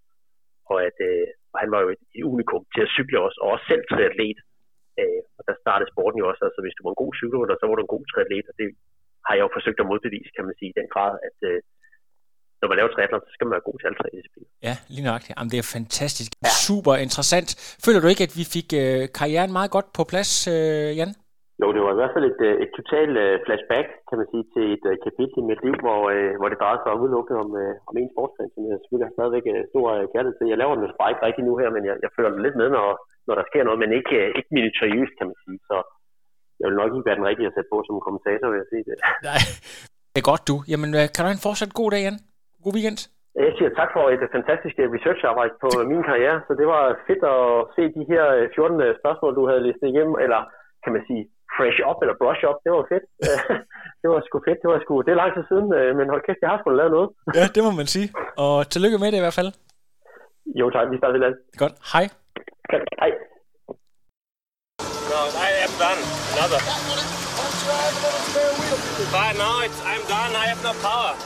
Og han var jo et unikum til at cykle også, og også selv triatlet. Og der startede sporten jo også. Altså hvis du var en god cykelrytter, så var du en god triatlet. Og det har jeg jo forsøgt at modbevise, kan man sige, i den grad, at når man laver triathlon, så skal man være god til alle tre discipliner. Ja, lige nøjagtigt. Jamen, det er fantastisk. Ja. Super interessant. Føler du ikke, at vi fik karrieren meget godt på plads, Jan? Jo, det var i hvert fald et totalt flashback, kan man sige, til et kapitel i mit liv, hvor det drejede sig udelukkende om en sportsgren, som jeg selvfølgelig har stadigvæk stor kærlighed til. Jeg laver den bare ikke rigtig nu her, men jeg føler det lidt med, når der sker noget, men ikke minutiøst, kan man sige. Så jeg vil nok ikke være den rigtige at sætte på som kommentator, vil jeg sige det. Nej, det er godt du. Jamen, kan du have en fortsat god dag, Jan? God weekend. Jeg siger tak for et fantastisk researcharbejde på min karriere, så det var fedt at se de her 14 spørgsmål, du havde listet igennem, eller kan man sige fresh up eller brush up, det var fedt. Det var sgu fedt, det er lang tid siden, men hold kæft, jeg har sgu lavet noget. Ja, det må man sige, og tillykke med det i hvert fald. Jo tak, vi starter lidt. Godt, hej. Hej. No, I am done. Another. But no, I'm done. I have no power.